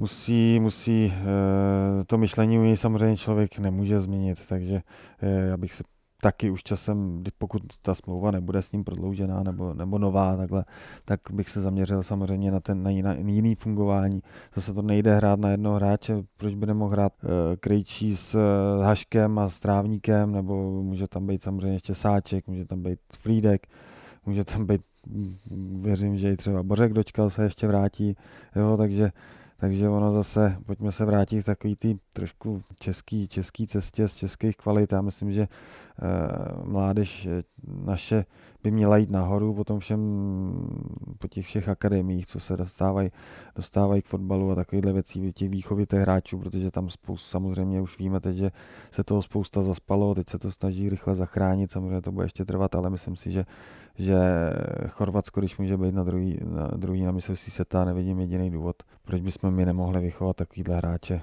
musí to myšlení u něj samozřejmě člověk nemůže změnit, takže já bych se taky už časem, pokud ta smlouva nebude s ním prodloužená nebo nová, tak bych se zaměřil samozřejmě na jiný fungování. Zase to nejde hrát na jednoho hráče, proč by nemohl hrát Krejčí s Haškem a s Trávníkem, nebo může tam být samozřejmě ještě Sáček, může tam být Frýdek, může tam být věřím, že i třeba Bořek Dočkal se ještě vrátí, jo, takže ono zase, pojďme se vrátit k takový ty trošku český cestě z českých kvalit. Já myslím, že mládež naše by měla jít nahoru po těch všech akademiích, co se dostávají k fotbalu a takovýhle věcí, těch výchovy hráčů, protože tam samozřejmě už víme teď, že se toho spousta zaspalo, teď se to snaží rychle zachránit, samozřejmě to bude ještě trvat, ale myslím si, že Chorvatsko, když může být na druhý na mistrovství světa, nevidím jediný důvod, proč bychom my nemohli vychovat takovýhle hráče.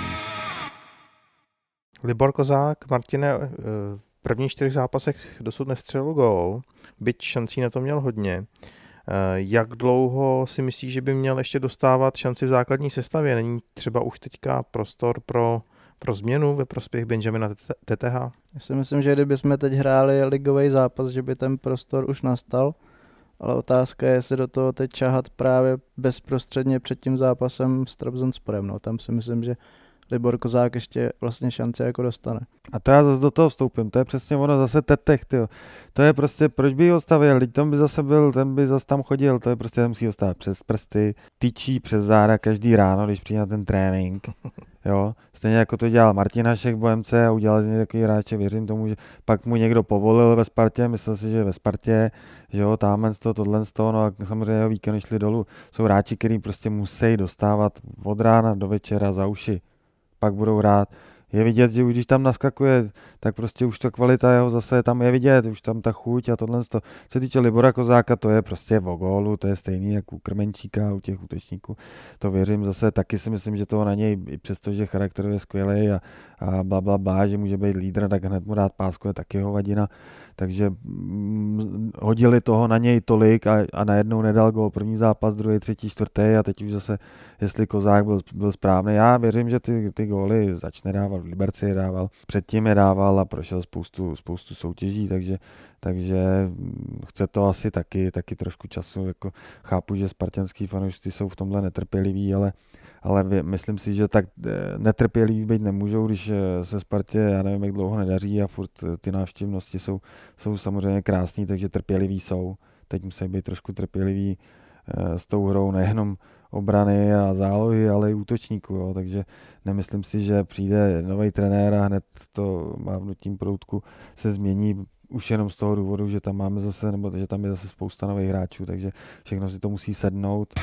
Libor Kozák, Martine, v prvních 4 zápasech dosud nevstřelil gól, byť šancí na to měl hodně. Jak dlouho si myslíš, že by měl ještě dostávat šanci v základní sestavě? Není třeba už teďka prostor pro změnu ve prospěch Benjamina TTH? Já si myslím, že kdybychom teď hráli ligový zápas, že by ten prostor už nastal, ale otázka je, jestli do toho teď čahat právě bezprostředně před tím zápasem s Trabzonsporem. No, tam si myslím, že Libor Kozák ještě vlastně šanci jako dostane. A to já zase do toho vstoupím, to je přesně ono zase Tetech, tyjo. To je prostě, proč by ho stavil, teď tam by zase byl, ten by zase tam chodil, to je prostě, musí ho stavit přes prsty, tyčí přes záda každý ráno, když přijde na ten trénink, jo. Stejně jako to dělal Martin Hašek v Bohemce a udělal z něj takový hráče, věřím tomu, že pak mu někdo povolil ve Spartě, myslel si, že ve Spartě, že jo, támen z toho, tohle z toho, no a samozřejmě jeho výkony šly dolů. Jsou hráči, kteří prostě musí dostávat od rána do večera za uši. Pak budou hrát. Je vidět, že už když tam naskakuje, tak prostě už ta kvalita jeho zase tam je vidět, už tam ta chuť a tohle. Co se týče Libora Kozáka, to je prostě o gólu, to je stejný jako u Krmenčíka, u těch útočníků. To věřím zase, taky si myslím, že toho na něj, i přesto, že charakter je skvělý a blablabla, že může být lídr, tak hned mu dát pásku je taky hovadina. Takže hodili toho na něj tolik a najednou nedal gól první zápas, druhý, třetí, čtvrtý a teď už zase, jestli Kozák byl správný. Já věřím, že ty góly začne dávat, v Liberci je dával, předtím je dával a prošel spoustu soutěží, takže chce to asi taky trošku času. Jako chápu, že spartanský fanoušci jsou v tomhle netrpěliví, ale myslím si, že tak netrpěliví být nemůžou, když se Spartě, já nevím, jak dlouho nedaří a furt ty návštěvnosti jsou samozřejmě krásný, takže trpěliví jsou. Teď musí být trošku trpěliví s tou hrou nejenom obrany a zálohy, ale i útočníků. Jo. Takže nemyslím si, že přijde nový trenér a hned to mávnutím proutku se změní už jenom z toho důvodu, že tam máme zase, nebo že tam je zase spousta nových hráčů, takže všechno si to musí sednout.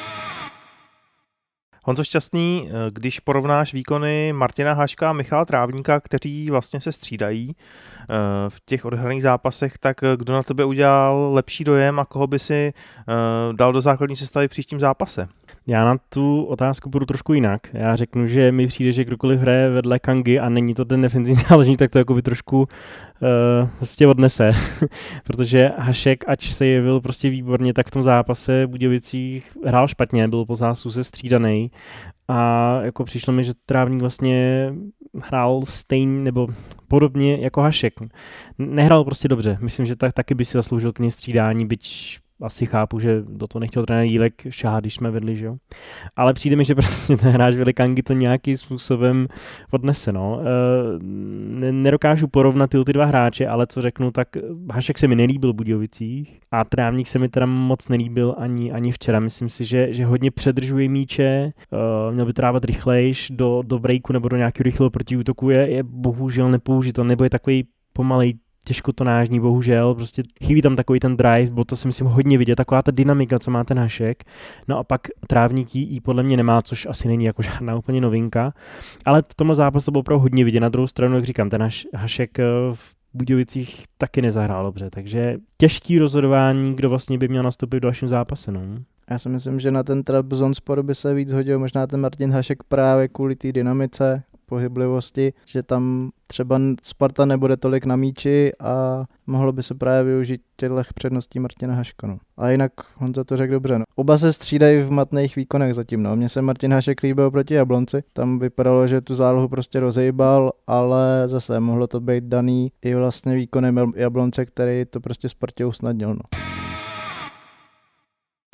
Honzo Šťastný, když porovnáš výkony Martina Haška a Michala Trávníka, kteří vlastně se střídají v těch odhraných zápasech, tak kdo na tebe udělal lepší dojem a koho by si dal do základní sestavy v příštím zápase? Já na tu otázku budu trošku jinak. Já řeknu, že mi přijde, že kdokoliv hraje vedle Kangy a není to ten defenzivní záložník, tak to jakoby trošku prostě odnese. Protože Hašek, ač se jevil prostě výborně, tak v tom zápase v Budějovicích hrál špatně, byl po zásluze střídaný a jako přišlo mi, že Trávník vlastně hrál stejně nebo podobně jako Hašek. Nehrál prostě dobře. Myslím, že taky by si zasloužil k něj střídání, byť asi chápu, že do toho nechtěl trenér Jílek šáhat, když jsme vedli, že jo. Ale přijde mi, že prostě ten hráč vedle Kangy to nějakým způsobem odnese, no. Nedokážu porovnat ty dva hráče, ale co řeknu, tak Hašek se mi nelíbil v Budějovicích a Trávník se mi teda moc nelíbil ani včera. Myslím si, že hodně předržuje míče, měl by trávat rychlejš do breaku nebo do nějakého rychlého protiútoku, je bohužel nepoužitelný, nebo je takový pomalej, těžkotonážní, bohužel, prostě chybí tam takový ten drive, bylo to si myslím hodně vidět, taková ta dynamika, co má ten Hašek, no a pak Trávník ji podle mě nemá, což asi není jako žádná úplně novinka, ale v tomhle zápasu to bylo opravdu hodně vidět, na druhou stranu, jak říkám, ten Hašek v Budějovicích taky nezahrál dobře, takže těžký rozhodování, kdo vlastně by měl nastoupit v dalším zápase, no. Já si myslím, že na ten Trabzonspor by se víc hodil možná ten Martin Hašek právě kvůli té dynamice, pohyblivosti, že tam třeba Sparta nebude tolik na míči a mohlo by se právě využít těchto předností Martina Haška. No. A jinak Honza to řekl dobře. No. Oba se střídají v matných výkonech zatím. No. Mně se Martin Hašek líbil proti Jablonci. Tam vypadalo, že tu zálohu prostě rozejbal, ale zase mohlo to být daný i vlastně výkonem Jablonce, který to prostě Spartě usnadnil. No.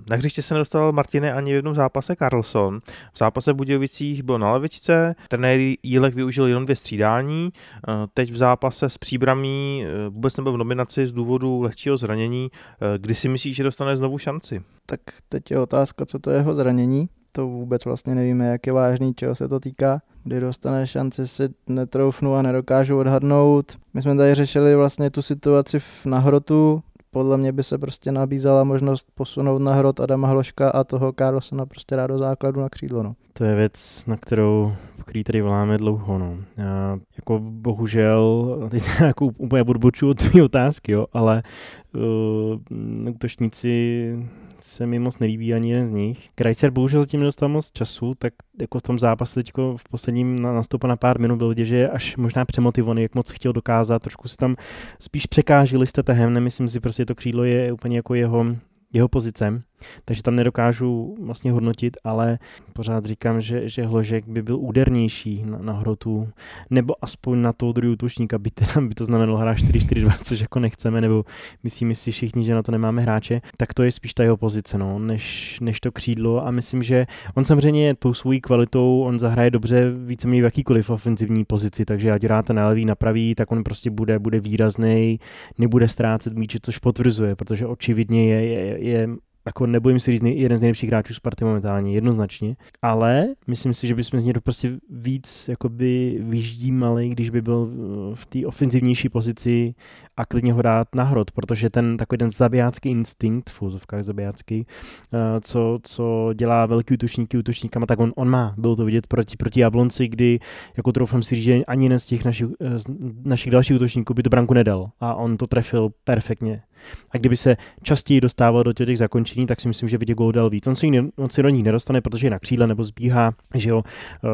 Na hřiště se nedostal Martine ani v jednom zápase Karlsson. V zápase v Budějovicích byl na lavičce, trenér Jílek využil jenom 2 střídání, teď v zápase s Příbramí vůbec nebyl v nominaci z důvodu lehčího zranění. Kdy si myslíš, že dostane znovu šanci? Tak teď je otázka, co to je jeho zranění. To vůbec vlastně nevíme, jak je vážný, čeho se to týká. Kdy dostane šanci, si netroufnu a nedokážu odhadnout. My jsme tady řešili vlastně tu situaci na hrotu. Podle mě by se prostě nabízela možnost posunout na hrot Adama Hloška a toho Karlssona prostě dát do základu na křídlo. No. To je věc, na který tady voláme dlouho. No. Já, jako bohužel, teď jako úplně odbočuju od tvý otázky, jo, ale útočníci se mi moc nelíbí ani jeden z nich. Krajcer bohužel zatím nedostal moc času, tak jako v tom zápase teďko v posledním nastupu na pár minut bylo vidět, že je až možná přemotivovaný, jak moc chtěl dokázat, trošku si tam spíš překážili jste tahem, nemyslím si, prostě to křídlo je úplně jako jeho pozice, takže tam nedokážu vlastně hodnotit, ale pořád říkám, že Hložek by byl údernější na hrotu, nebo aspoň na toho druhého útočníka, by to znamenalo hrát 4-4-2, což jako nechceme, nebo myslíme si všichni, že na to nemáme hráče, tak to je spíš ta jeho pozice, no, než to křídlo a myslím, že on samozřejmě tou svojí kvalitou, on zahraje dobře víceméně v jakýkoliv ofenzivní pozici, takže ať hráte na levý, na pravý, tak on prostě bude výraznej, nebude ztrácet míče, což potvrzuje, protože očividně je jako nebojím si říct jeden z nejlepších hráčů Sparty momentálně, jednoznačně, ale myslím si, že bychom z něj prostě víc jakoby vyždímali, když by byl v té ofenzivnější pozici a klidně ho dát na hrot, protože takový ten zabijácký instinkt, v úzovkách zabijácký, co dělá velký útočníky útočníkama, tak on má. Bylo to vidět proti Jablonci, kdy jako troufám si říct, že ani jeden z těch našich dalších útočníků by to branku nedal a on to trefil perfektně. A kdyby se častěji dostával do těch zakončení, tak si myslím, že by těch gólů dal víc. On si do nich nedostane, protože je na křídle nebo zbíhá, že jo,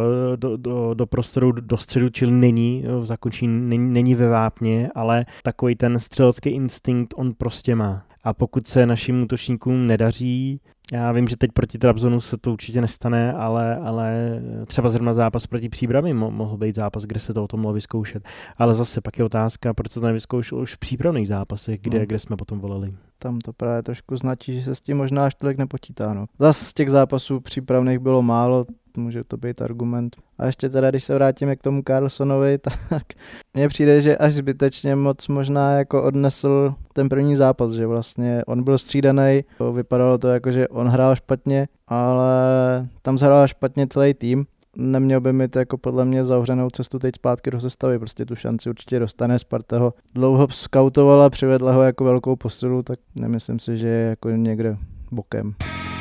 do prostoru, do středu, čili není v zakončení, není ve vápně, ale takový ten střelecký instinkt on prostě má. A pokud se našim útočníkům nedaří, já vím, že teď proti Trabzonu se to určitě nestane, ale třeba zrovna zápas proti Příbrami mohl být zápas, kde se to o tom mohlo vyzkoušet. Ale zase pak je otázka, proč se to nevyzkoušelo už v přípravných zápasech, kde jsme potom volili. Tam to právě trošku značí, že se s tím možná až tolik nepočítá. No. Zas z těch zápasů přípravných bylo málo, může to být argument. A ještě teda, když se vrátíme k tomu Karlssonovi, tak mně přijde, že až zbytečně moc možná jako odnesl ten první zápas, že vlastně on byl střídaný, vypadalo to jako, že on hrál špatně, ale tam zhrál špatně celý tým. Neměl by mít jako podle mě zavřenou cestu teď zpátky do sestavy, prostě tu šanci určitě dostane, Sparta ho dlouho skautovala, přivedla ho jako velkou posilu, tak nemyslím si, že je jako někde bokem.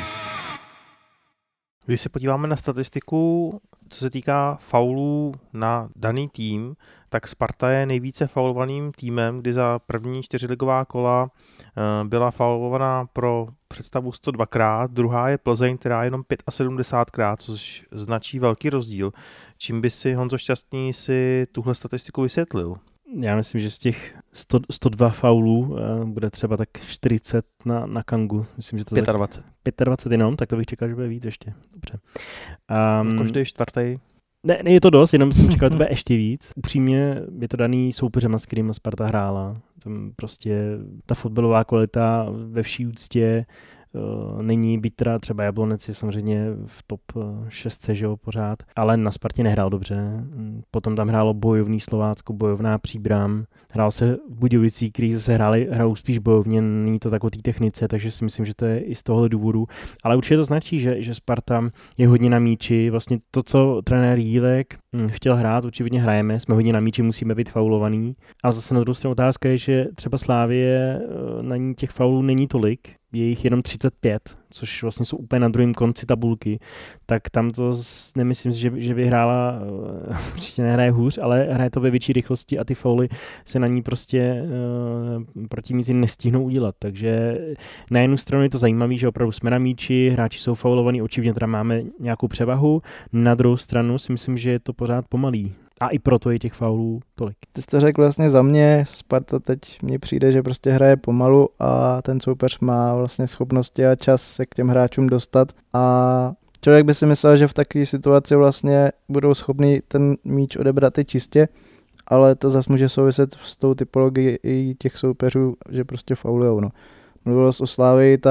Když se podíváme na statistiku, co se týká faulů na daný tým, tak Sparta je nejvíce faulovaným týmem, kdy za první 4 ligová kola byla faulovaná pro představu 102krát, druhá je Plzeň, která je jenom 75krát, což značí velký rozdíl. Čím by si Honzo Šťastný si tuhle statistiku vysvětlil? Já myslím, že z těch 102 faulů bude třeba tak 40 na Kangu. Myslím, že to 25 jenom, tak to bych čekal, že bude víc ještě. Dobře. Každý čtvrtý. Ne, je to dost, jenom jsem čekal, že to bude ještě víc. Upřímně je to daný soupeřema, s kterým Sparta hrála. Tam prostě ta fotbalová kvalita ve vší úctě není, byť teda třeba Jablonec je samozřejmě v top 6, že jo, pořád, ale na Spartě nehrál dobře. Potom tam hrálo bojovný Slovácko, bojovná Příbram. Hrál se v Budějovicích, který zase hrajou spíš bojovně, není to tak o té technice, takže si myslím, že to je i z tohohle důvodu. Ale určitě to značí, že Sparta je hodně na míči. Vlastně to, co trenér Jílek chtěl hrát, určitě hrajeme, jsme hodně na míči, musíme být faulovaný. A zase na druhou stranu otázka je, že třeba Slávie na ní těch faulů není tolik, je jich jenom 35, což vlastně jsou úplně na druhém konci tabulky, tak tam to nemyslím, že by hrála, určitě nehraje hůř, ale hraje to ve větší rychlosti a ty fauly se na ní prostě protivníci nestihnou udělat. Takže na jednu stranu je to zajímavé, že opravdu jsme na míči, hráči jsou faulovaní, očividně teda máme nějakou převahu, na druhou stranu si myslím, že je to pořád pomalý. A i proto je těch faulů tolik. Ty jste řekl vlastně za mě, Sparta teď mně přijde, že prostě hraje pomalu a ten soupeř má vlastně schopnosti a čas se k těm hráčům dostat a člověk by si myslel, že v takové situaci vlastně budou schopni ten míč odebrat i čistě, ale to zase může souviset s tou typologií těch soupeřů, že prostě faulujou. No. Mluvilo o Slávii, ta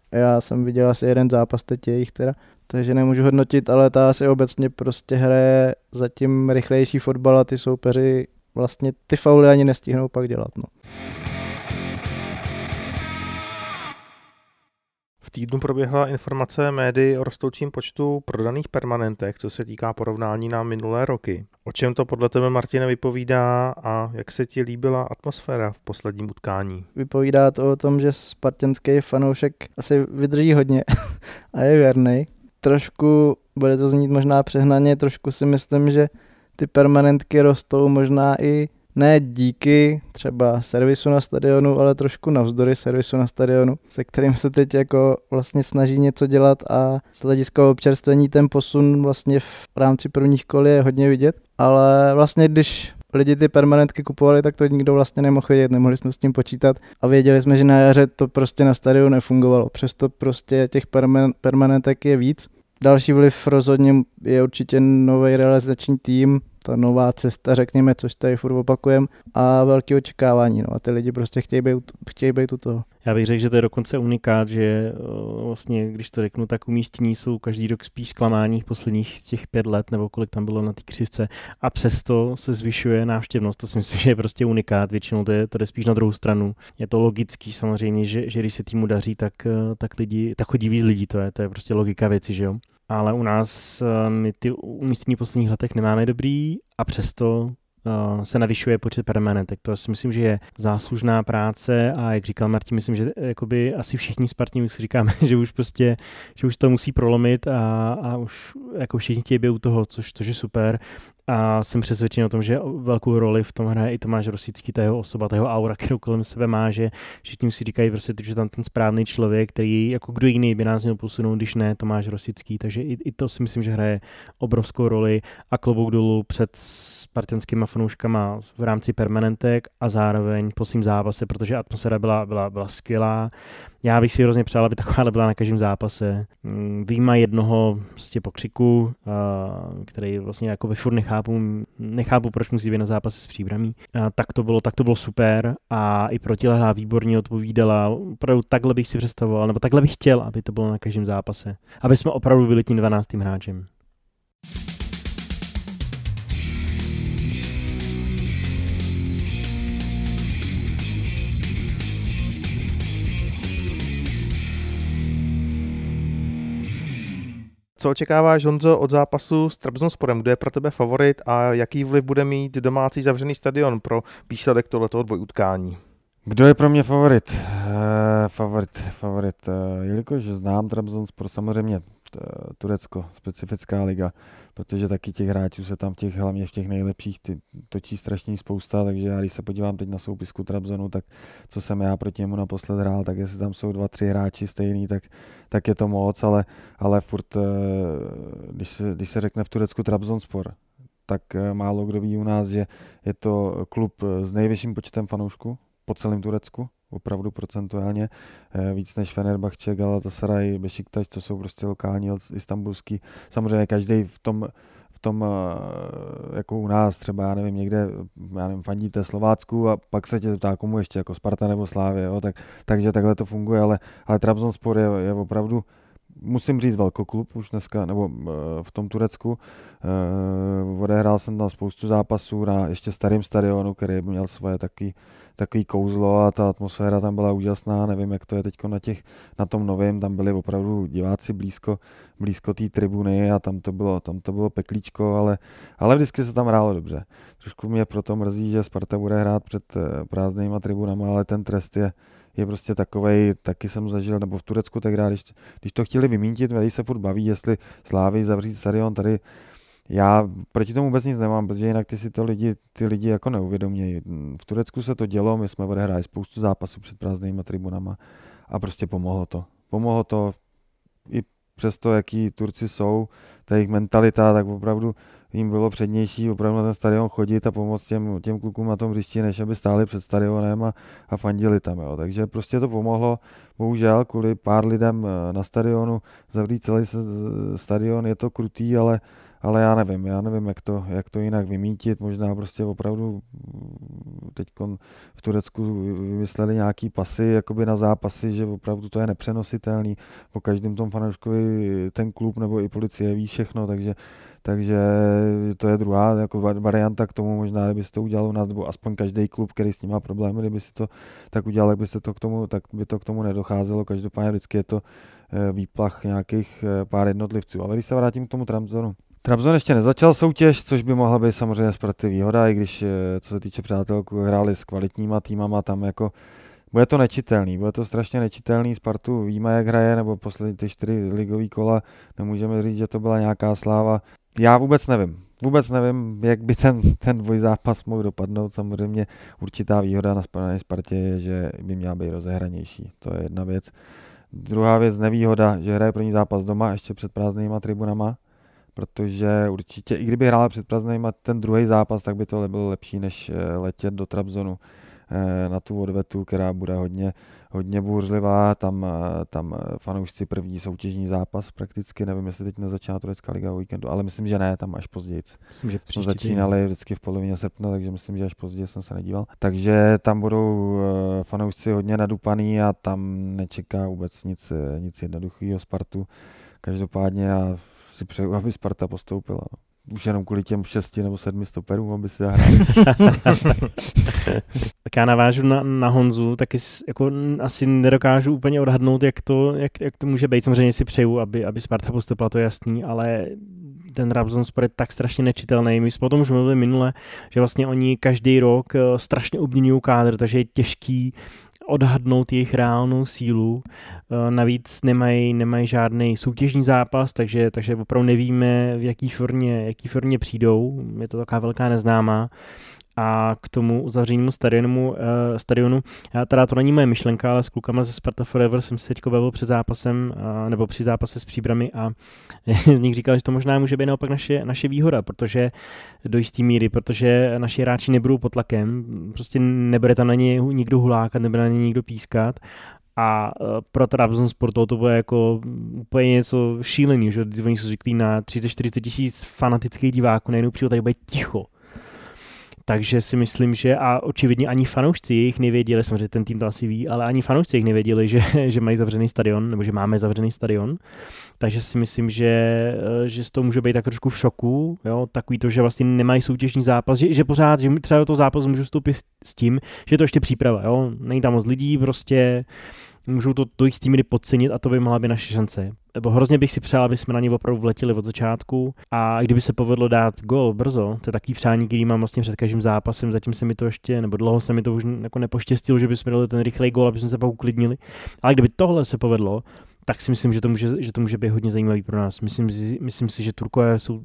Já jsem viděl asi jeden zápas teď jejich teda, takže nemůžu hodnotit, ale ta asi obecně prostě hraje zatím rychlejší fotbal a ty soupeři vlastně ty fauly ani nestihnou pak dělat. No. V týdnu proběhla informace médií o rostoucím počtu prodaných permanentek, co se týká porovnání na minulé roky. O čem to podle tebe, Martine, vypovídá a jak se ti líbila atmosféra v posledním utkání? Vypovídá to o tom, že spartanský fanoušek asi vydrží hodně a je věrný. Trošku, bude to znít možná přehnaně, trošku si myslím, že ty permanentky rostou možná i ne díky třeba servisu na stadionu, ale trošku navzdory servisu na stadionu, se kterým se teď jako vlastně snaží něco dělat a z hlediska občerstvení ten posun vlastně v rámci prvních kol je hodně vidět, ale vlastně když lidi ty permanentky kupovali, tak to nikdo vlastně nemohl vědět, nemohli jsme s tím počítat a věděli jsme, že na jaře to prostě na stadionu nefungovalo, přesto prostě těch permanentek je víc. Další vliv rozhodně je určitě nový realizační tým, ta nová cesta, řekněme, což tady furt opakujeme, a velké očekávání. No. A ty lidi prostě chtějí být u toho. Já bych řekl, že to je dokonce unikát, že vlastně, když to řeknu, tak umístění jsou každý rok spíš zklamání posledních těch 5 let, nebo kolik tam bylo na té křivce, a přesto se zvyšuje návštěvnost. To si myslím, že je prostě unikát, většinou to jde spíš na druhou stranu. Je to logický samozřejmě, že když se týmu daří, tak chodí víc lidí, to je prostě logika věci, že jo. Ale u nás my ty umístění v posledních letech nemáme dobrý a přesto se navyšuje počet permanentek. To si myslím, že je záslužná práce a jak říkal Martin, myslím, že jakoby asi všichni Spartani si říkáme, že už to musí prolomit a už jako všichni chtějí být u toho, což je super. A jsem přesvědčen o tom, že velkou roli v tom hraje i Tomáš Rosický, ta jeho osoba, ta jeho aura, kterou kolem sebe má, že všichni si říkají prostě, že tam ten správný člověk, který jako kdo jiný by nás měl posunout, když ne Tomáš Rosický. Takže i to si myslím, že hraje obrovskou roli a klobouk dolů před spartanskýma fanouškama v rámci permanentek a zároveň po svým zápase, protože atmosféra byla skvělá. Já bych si hrozně přál, aby taková byla na každém zápase. Vyjma jednoho prostě pokřiku, který vlastně jako furt nechápu, proč musí být na zápase s Příbramí. Tak to bylo super a i protilehlá výborně odpovídala. Opravdu takhle bych si představoval, nebo takhle bych chtěl, aby to bylo na každém zápase. Aby jsme opravdu byli tím 12. hráčem. Co očekáváš, Honzo, od zápasu s Trabzonsporem? Kdo je pro tebe favorit a jaký vliv bude mít domácí zavřený stadion pro výsledek tohoto dvojutkání? Kdo je pro mě favorit? Favorit. Jelikož znám Trabzonspor, samozřejmě Turecko, specifická liga, protože taky těch hráčů se tam hlavně v těch nejlepších točí strašně spousta, takže já když se podívám teď na soupisku Trabzonu, tak co jsem já proti němu naposled hrál, tak jestli tam jsou 2-3 hráči stejný, tak je to moc, ale furt, když se řekne v Turecku Trabzonspor, tak málo kdo ví u nás, že je to klub s nejvyšším počtem fanoušků po celém Turecku, opravdu procentuálně, víc než Fenerbahce, Galatasaray, Beşiktaş, to jsou prostě lokální istanbulský. Samozřejmě každý v tom, jako u nás, třeba, já nevím, někde, fandíte Slovácku a pak se tě ptá, komu ještě, jako Sparta nebo Slávě, jo, takže takhle to funguje, ale Trabzonspor je opravdu, musím říct, velkoklub už dneska, nebo v tom Turecku. Odehrál jsem tam spoustu zápasů na ještě starým stadionu, který měl svoje takový kouzlo a ta atmosféra tam byla úžasná. Nevím, jak to je teď na tom novém, tam byli opravdu diváci blízko té tribuny a tam to bylo peklíčko, ale vždycky se tam hrálo dobře. Trošku mě proto mrzí, že Sparta bude hrát před prázdnýma tribunama, ale ten trest je prostě takovej, taky jsem zažil, nebo v Turecku tak když to chtěli vymítit, tady se furt baví, jestli Slávy zavřít stadion, tady já proti tomu vůbec nic nemám, protože jinak ty lidi jako neuvědomějí. V Turecku se to dělo, my jsme odehráli spoustu zápasů před prázdnýma tribunama a prostě pomohlo to i přesto, jaký Turci jsou, ta jejich mentalita, tak opravdu jim bylo přednější opravdu na ten stadion chodit a pomoct těm klukům na tom hřišti, než aby stáli před stadionem a fandili tam. Jo. Takže prostě to pomohlo. Bohužel kvůli pár lidem na stadionu zavřít celý stadion, je to krutý, ale já nevím, jak to jinak vymítit, možná prostě opravdu teď v Turecku vymysleli nějaký pasy jakoby na zápasy, že opravdu to je nepřenositelný, po každém tom fanouškovi ten klub nebo i policie ví všechno, takže to je druhá jako varianta k tomu, možná kdyby se to udělalo u nás, nebo aspoň každý klub, který s tím má problémy, kdyby si to tak udělal, tak by to k tomu nedocházelo, každopádně vždycky je to výplach nějakých pár jednotlivců. Ale když se vrátím k tomu Trabzonu. Trabzon ještě nezačal soutěž, což by mohla být samozřejmě Sparty výhoda, i když co se týče přátelku, hráli s kvalitníma týmama, tam jako bude to nečitelný, bude to strašně nečitelný, Spartu víme, jak hraje, nebo poslední ty 4 ligový kola, nemůžeme říct, že to byla nějaká sláva. Já vůbec nevím, jak by ten dvojzápas mohl dopadnout, samozřejmě určitá výhoda na Spartě je, že by měla být rozehranější, to je jedna věc. Druhá věc, nevýhoda, že hraje první zápas doma, ještě před prázdnýma tribunama, protože určitě, i kdyby hrála před prázdnýma ten druhý zápas, tak by to bylo lepší, než letět do Trabzonu na tu odvetu, která bude hodně bouřlivá, tam fanoušci první soutěžní zápas prakticky, nevím, jestli teď nezačíná turecká liga o víkendu, ale myslím, že ne, tam až později. Myslím, že jsme začínali vždycky v polovině srpna, takže myslím, že až později jsem se nedíval. Takže tam budou fanoušci hodně nadupaný a tam nečeká vůbec nic jednoduchého Spartu. Každopádně já si přeju, aby Sparta postoupila. Už jenom kvůli těm 6 nebo 7 stoperům, aby si zahráli. Tak já navážu na Honzu, taky jako asi nedokážu úplně odhadnout, jak to může být. Samozřejmě si přeju, aby Sparta postoupila, to je jasný, ale ten Trabzonspor je tak strašně nečitelný. My jsme o tom už mluvili minule, že vlastně oni každý rok strašně obměňují kádr, takže je těžký odhadnout jejich reálnou sílu. Navíc nemají žádný soutěžní zápas, takže opravdu nevíme, v jaký formě přijdou. Je to taková velká neznámá. A k tomu uzavřenému stadionu, teda to není moje myšlenka, ale s klukama ze Sparta Forever jsem se teďko bavil před zápasem, nebo při zápase s Příbrami a z nich říkal, že to možná může být naopak naše výhoda, protože do jistý míry, protože naši hráči nebudou pod tlakem, prostě nebude tam na ně nikdo hulákat, nebude na ně nikdo pískat. A pro Trabzonspor to bude jako úplně něco šílený, že oni jsou zvyklí na 30-40 tisíc fanatických diváků, najednou přijde tady bude ticho. Takže si myslím, že a očividně ani fanoušci jich nevěděli, samozřejmě ten tým to asi ví, ale ani fanoušci jich nevěděli, že mají zavřený stadion, nebo že máme zavřený stadion. Takže si myslím, že z toho může být tak trošku v šoku, jo? Takový to, že vlastně nemají soutěžní zápas, že pořád, že třeba do toho zápasu můžu vstoupit s tím, že je to ještě příprava, jo? Není tam moc lidí, prostě můžou to do jistý míry podcenit a to by mohla být naše šance. Nebo hrozně bych si přál, aby jsme na ně opravdu vletěli od začátku a kdyby se povedlo dát gól brzo, to je takový přání, který mám vlastně před každým zápasem, zatím se mi to ještě, nebo dlouho se mi to už jako nepoštěstilo, že bychom dali ten rychlej gól, aby jsme se pak uklidnili. Ale kdyby tohle se povedlo, tak si myslím, že to může být hodně zajímavý pro nás. Myslím si, že Turkové jsou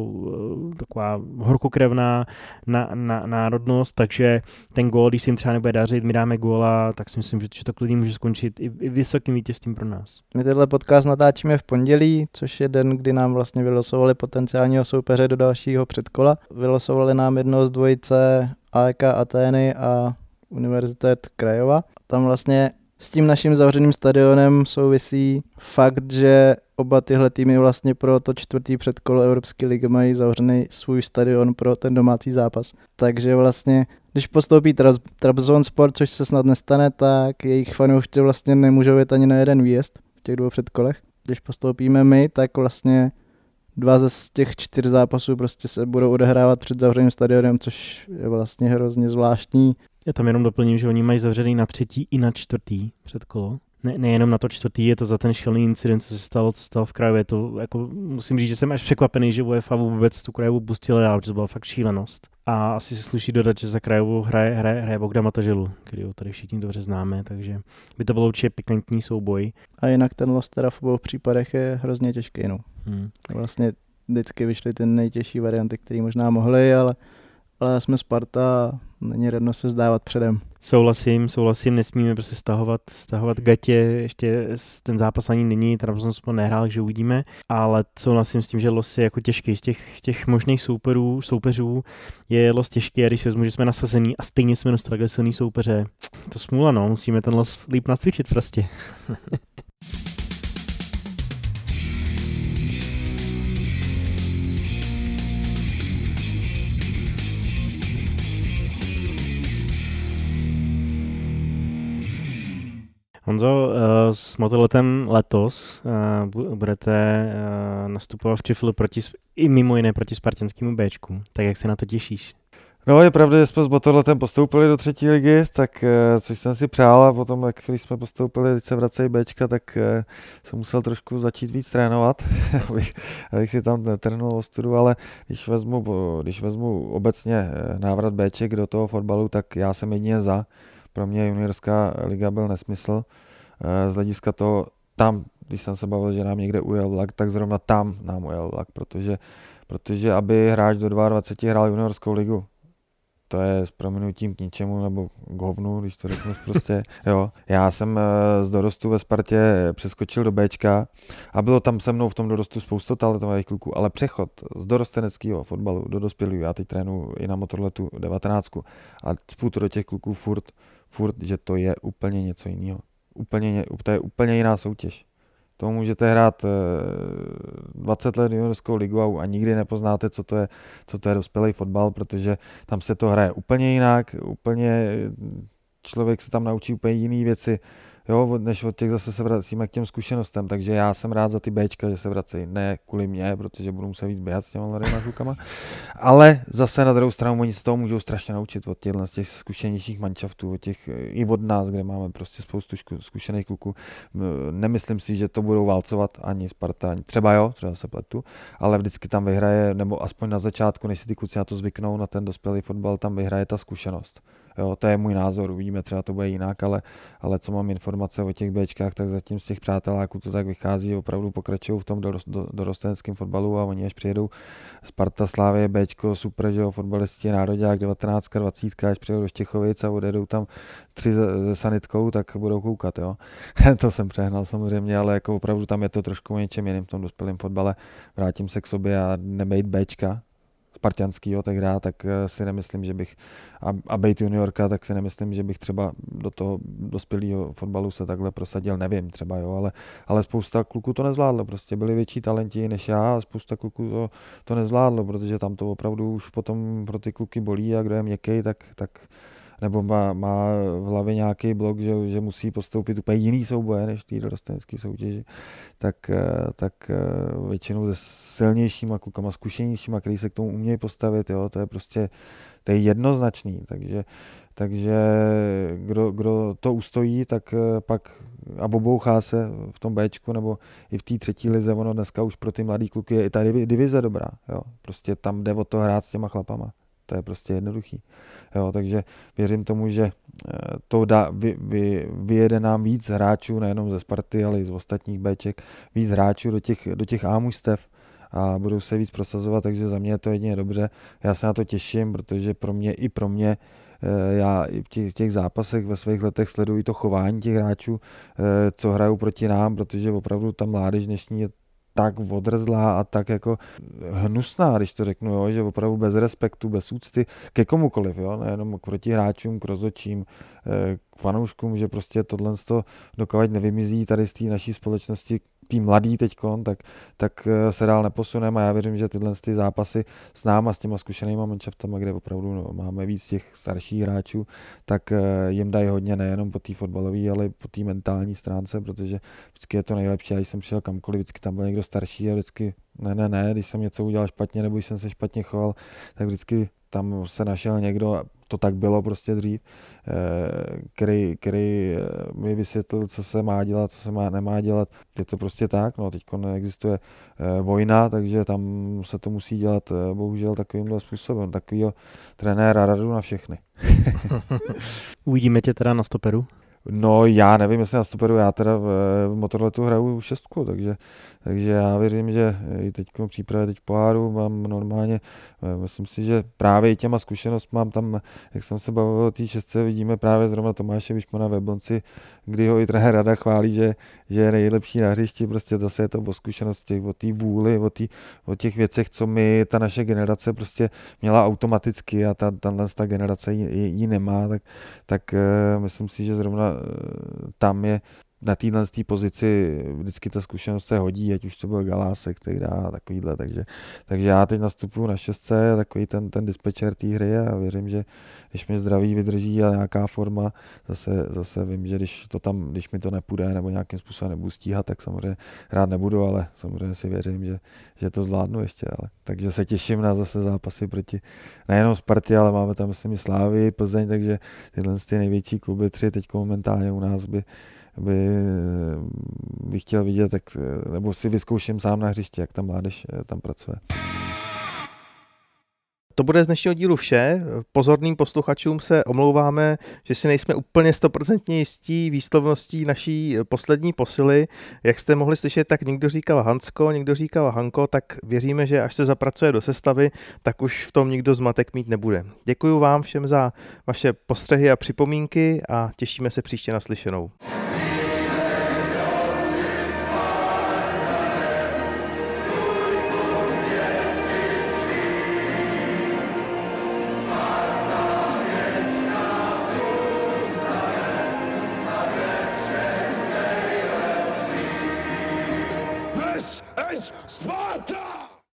taková horkokrevná národnost, takže ten gól, když se jim třeba nebude dařit, my dáme góla, tak si myslím, že to klidně může skončit i vysokým vítězstvím pro nás. My tenhle podcast natáčíme v pondělí, což je den, kdy nám vlastně vylosovali potenciálního soupeře do dalšího předkola. Vylosovali nám jednoho z dvojice AEK Atény a Univerzitet Krajova. Tam vlastně s tím naším zavřeným stadionem souvisí fakt, že oba tyhle týmy vlastně pro to 4. předkolo Evropské ligy mají zavřený svůj stadion pro ten domácí zápas. Takže vlastně, když postoupí Trabzonspor, což se snad nestane, tak jejich fanoušci vlastně nemůžou jít ani na jeden výjezd v těch 2 předkolech. Když postoupíme my, tak vlastně 2 z těch 4 zápasů prostě se budou odehrávat před zavřeným stadionem, což je vlastně hrozně zvláštní. Já tam jenom doplním, že oni mají zavřený na 3. i na 4. předkolo. Nejenom na to 4. je to za ten šílený incident, co se stalo v Krajově. To jako musím říct, že jsem až překvapený, že UEFA vůbec tu Krajovu pustila dál, protože to byla fakt šílenost. A asi se sluší dodat, že za Krajovu hraje Bogdan Mataželu, který ho tady všichni dobře známe, takže by to bylo určitě pikantní souboj. A jinak ten los teda v obou případech je hrozně těžký. No. Vlastně vždycky vyšly ty nejtěžší varianty, které možná mohly, ale jsme Sparta, není radno se vzdávat předem. Souhlasím, nesmíme prostě stahovat gatě, ještě ten zápas ani není, Trabzonspor nehrál, takže uvidíme, ale souhlasím s tím, že los je jako těžký, z těch možných soupeřů je los těžký, a když si vezmu, že jsme nasazení a stejně jsme dostali silný soupeře, to smůla, no, musíme ten los líp nacvičit prostě. s Motorletem letos budete nastupovat v Čiflu i mimo jiné proti spartanskému Bčku. Tak jak se na to těšíš? No, je pravda, že jsme s Motorletem postoupili do 3. ligy, tak což jsem si přál, a potom, když jsme postoupili, teď se vracejí Bčka, tak jsem musel trošku začít víc trénovat, abych si tam netrhnul ostudu, ale když vezmu obecně návrat Bček do toho fotbalu, tak já jsem jedině za. Pro mě juniorská liga byl nesmysl. Z hlediska toho, tam, když jsem se bavil, že nám někde ujel vlak, tak zrovna tam nám ujel vlak, protože aby hráč do 22 hrál juniorskou ligu, to je s prominutím k ničemu, nebo k hovnu, když to řeknu prostě. Jo. Já jsem z dorostu ve Spartě přeskočil do Bčka a bylo tam se mnou v tom dorostu spoustu talentovaných kluků, ale přechod z dorosteneckého fotbalu do dospělého, já teď trénuji i na Motorletu 19 a cpu to do těch kluků furt, že to je úplně něco jiného. To je úplně jiná soutěž. To můžete hrát 20 let juniorskou ligu a nikdy nepoznáte, co to je dospělý fotbal, protože tam se to hraje úplně jinak, člověk se tam naučí úplně jiné věci, jo, než od těch zase se vracíme k těm zkušenostem, takže já jsem rád za ty Bčka, že se vracejí, ne kvůli mě, protože budu muset víc běhat s těma mladýma klukama, ale zase na druhou stranu oni se toho můžou strašně naučit od těch zkušenějších manšaftů, i od nás, kde máme prostě spoustu zkušených kluků. Nemyslím si, že to budou válcovat ani Sparta, třeba se pletu, ale vždycky tam vyhraje, nebo aspoň na začátku, než si ty kluci na to zvyknou, na ten dospělý fotbal, tam vyhraje ta zkušenost. Jo, to je můj názor, uvidíme, třeba to bude jinak, ale co mám informace o těch Bčkách, tak zatím z těch přáteláků to tak vychází, opravdu pokračují v tom dorosteneckém fotbalu a oni až přijedou Sparta, Slávie, Bčko, super, že jo, fotbalisti, nároďák, 19, 20, až přijedou do Štěchovic a odjedou tam 3 se sanitkou, tak budou koukat, jo. To jsem přehnal samozřejmě, ale jako opravdu tam je to trošku o něčem jiným v tom dospělém fotbale. Vrátím se k sobě a nebejt Bčka, spartanskýho tak si nemyslím, že bych, a bejt juniorka, tak si nemyslím, že bych třeba do toho dospělého fotbalu se takhle prosadil, nevím třeba, jo, ale spousta kluků to nezvládlo, prostě byli větší talenti než já a spousta kluků to nezvládlo, protože tam to opravdu už potom pro ty kluky bolí a kdo je měkkej, tak nebo má v hlavě nějaký blok, že musí postoupit úplně jiný souboje než té dorostenecké soutěži, tak většinou se silnějšíma klukama, zkušenějšíma, který se k tomu umějí postavit, jo, to je prostě, to je jednoznačný, takže kdo to ustojí, tak pak a bobouchá se v tom Bčku nebo i v té 3. lize, ono dneska už pro ty mladý kluky je i ta divize dobrá, jo, prostě tam jde o to hrát s těma chlapama. To je prostě jednoduchý. Jo, takže věřím tomu, že to vyjede nám víc hráčů, nejenom ze Sparty, ale i z ostatních Bček, víc hráčů do těch A mužstev a budou se víc prosazovat, takže za mě je to jedině dobře. Já se na to těším, protože pro mě já i v těch zápasech ve svých letech sleduji to chování těch hráčů, co hrajou proti nám, protože opravdu ta mládež dnešní je tak odrzlá a tak jako hnusná, když to řeknu, jo, že opravdu bez respektu, bez úcty ke komukoliv, jo, nejenom k protihráčům, k rozhodčím, k fanouškům, že prostě tohle dokud nevymizí tady z té naší společnosti, tý mladý teďkon, tak se dál neposuneme a já věřím, že tyhle zápasy s náma, s těma zkušenýma manšaftama, kde opravdu máme víc těch starších hráčů, tak jim dají hodně nejenom po té fotbalové, ale i po té mentální stránce, protože vždycky je to nejlepší. Já když jsem šel kamkoliv, vždycky tam byl někdo starší a vždycky ne, když jsem něco udělal špatně nebo když jsem se špatně choval, tak vždycky tam se našel někdo, to tak bylo prostě dřív, který mi vysvětlil, co se má dělat, co se nemá dělat. Je to prostě tak, no teďko neexistuje vojna, takže tam se to musí dělat bohužel takovýmhle způsobem. Takovýho trenéra radu na všechny. Uvidíme tě teda na stoperu? No já nevím, jestli na stoperu, já teda v Motorletu hraju 6, takže já věřím, že i teď v přípravě teď v poháru mám normálně, myslím si, že právě i těma zkušenostmi mám tam, jak jsem se bavil o té 6, vidíme právě zrovna Tomáše Vyšmana ve Jablonci, kdy ho i trenér Rada chválí, že je nejlepší na hřišti, prostě zase je to o zkušenosti, o té vůli, o těch věcech, co my, ta naše generace prostě měla automaticky a ta generace ji nemá, tak myslím si, že zrovna tam je na téhle pozici vždycky ta zkušenost se hodí, ať už to byl Galásek, takovýhle, takže já teď nastupuju na 6, takový ten dispečer té hry a věřím, že když mě zdraví vydrží a nějaká forma, zase vím, že když mi to nepůjde nebo nějakým způsobem nebudu stíhat, tak samozřejmě rád nebudu, ale samozřejmě si věřím, že to zvládnu ještě, takže se těším na zase zápasy proti nejenom Spartě, ale máme tam myslím i Slávii, Plzeň, takže tyhle ty největší kluby 3 teď momentálně u nás bych chtěl vidět, nebo si vyzkouším sám na hřišti, jak ta mládež tam pracuje. To bude z dnešního dílu vše. Pozorným posluchačům se omlouváme, že si nejsme úplně 100% jistí výslovností naší poslední posily. Jak jste mohli slyšet, tak někdo říkal Hansko, někdo říkal Hanko, tak věříme, že až se zapracuje do sestavy, tak už v tom nikdo zmatek mít nebude. Děkuji vám všem za vaše postřehy a připomínky a těšíme se příště na slyšenou.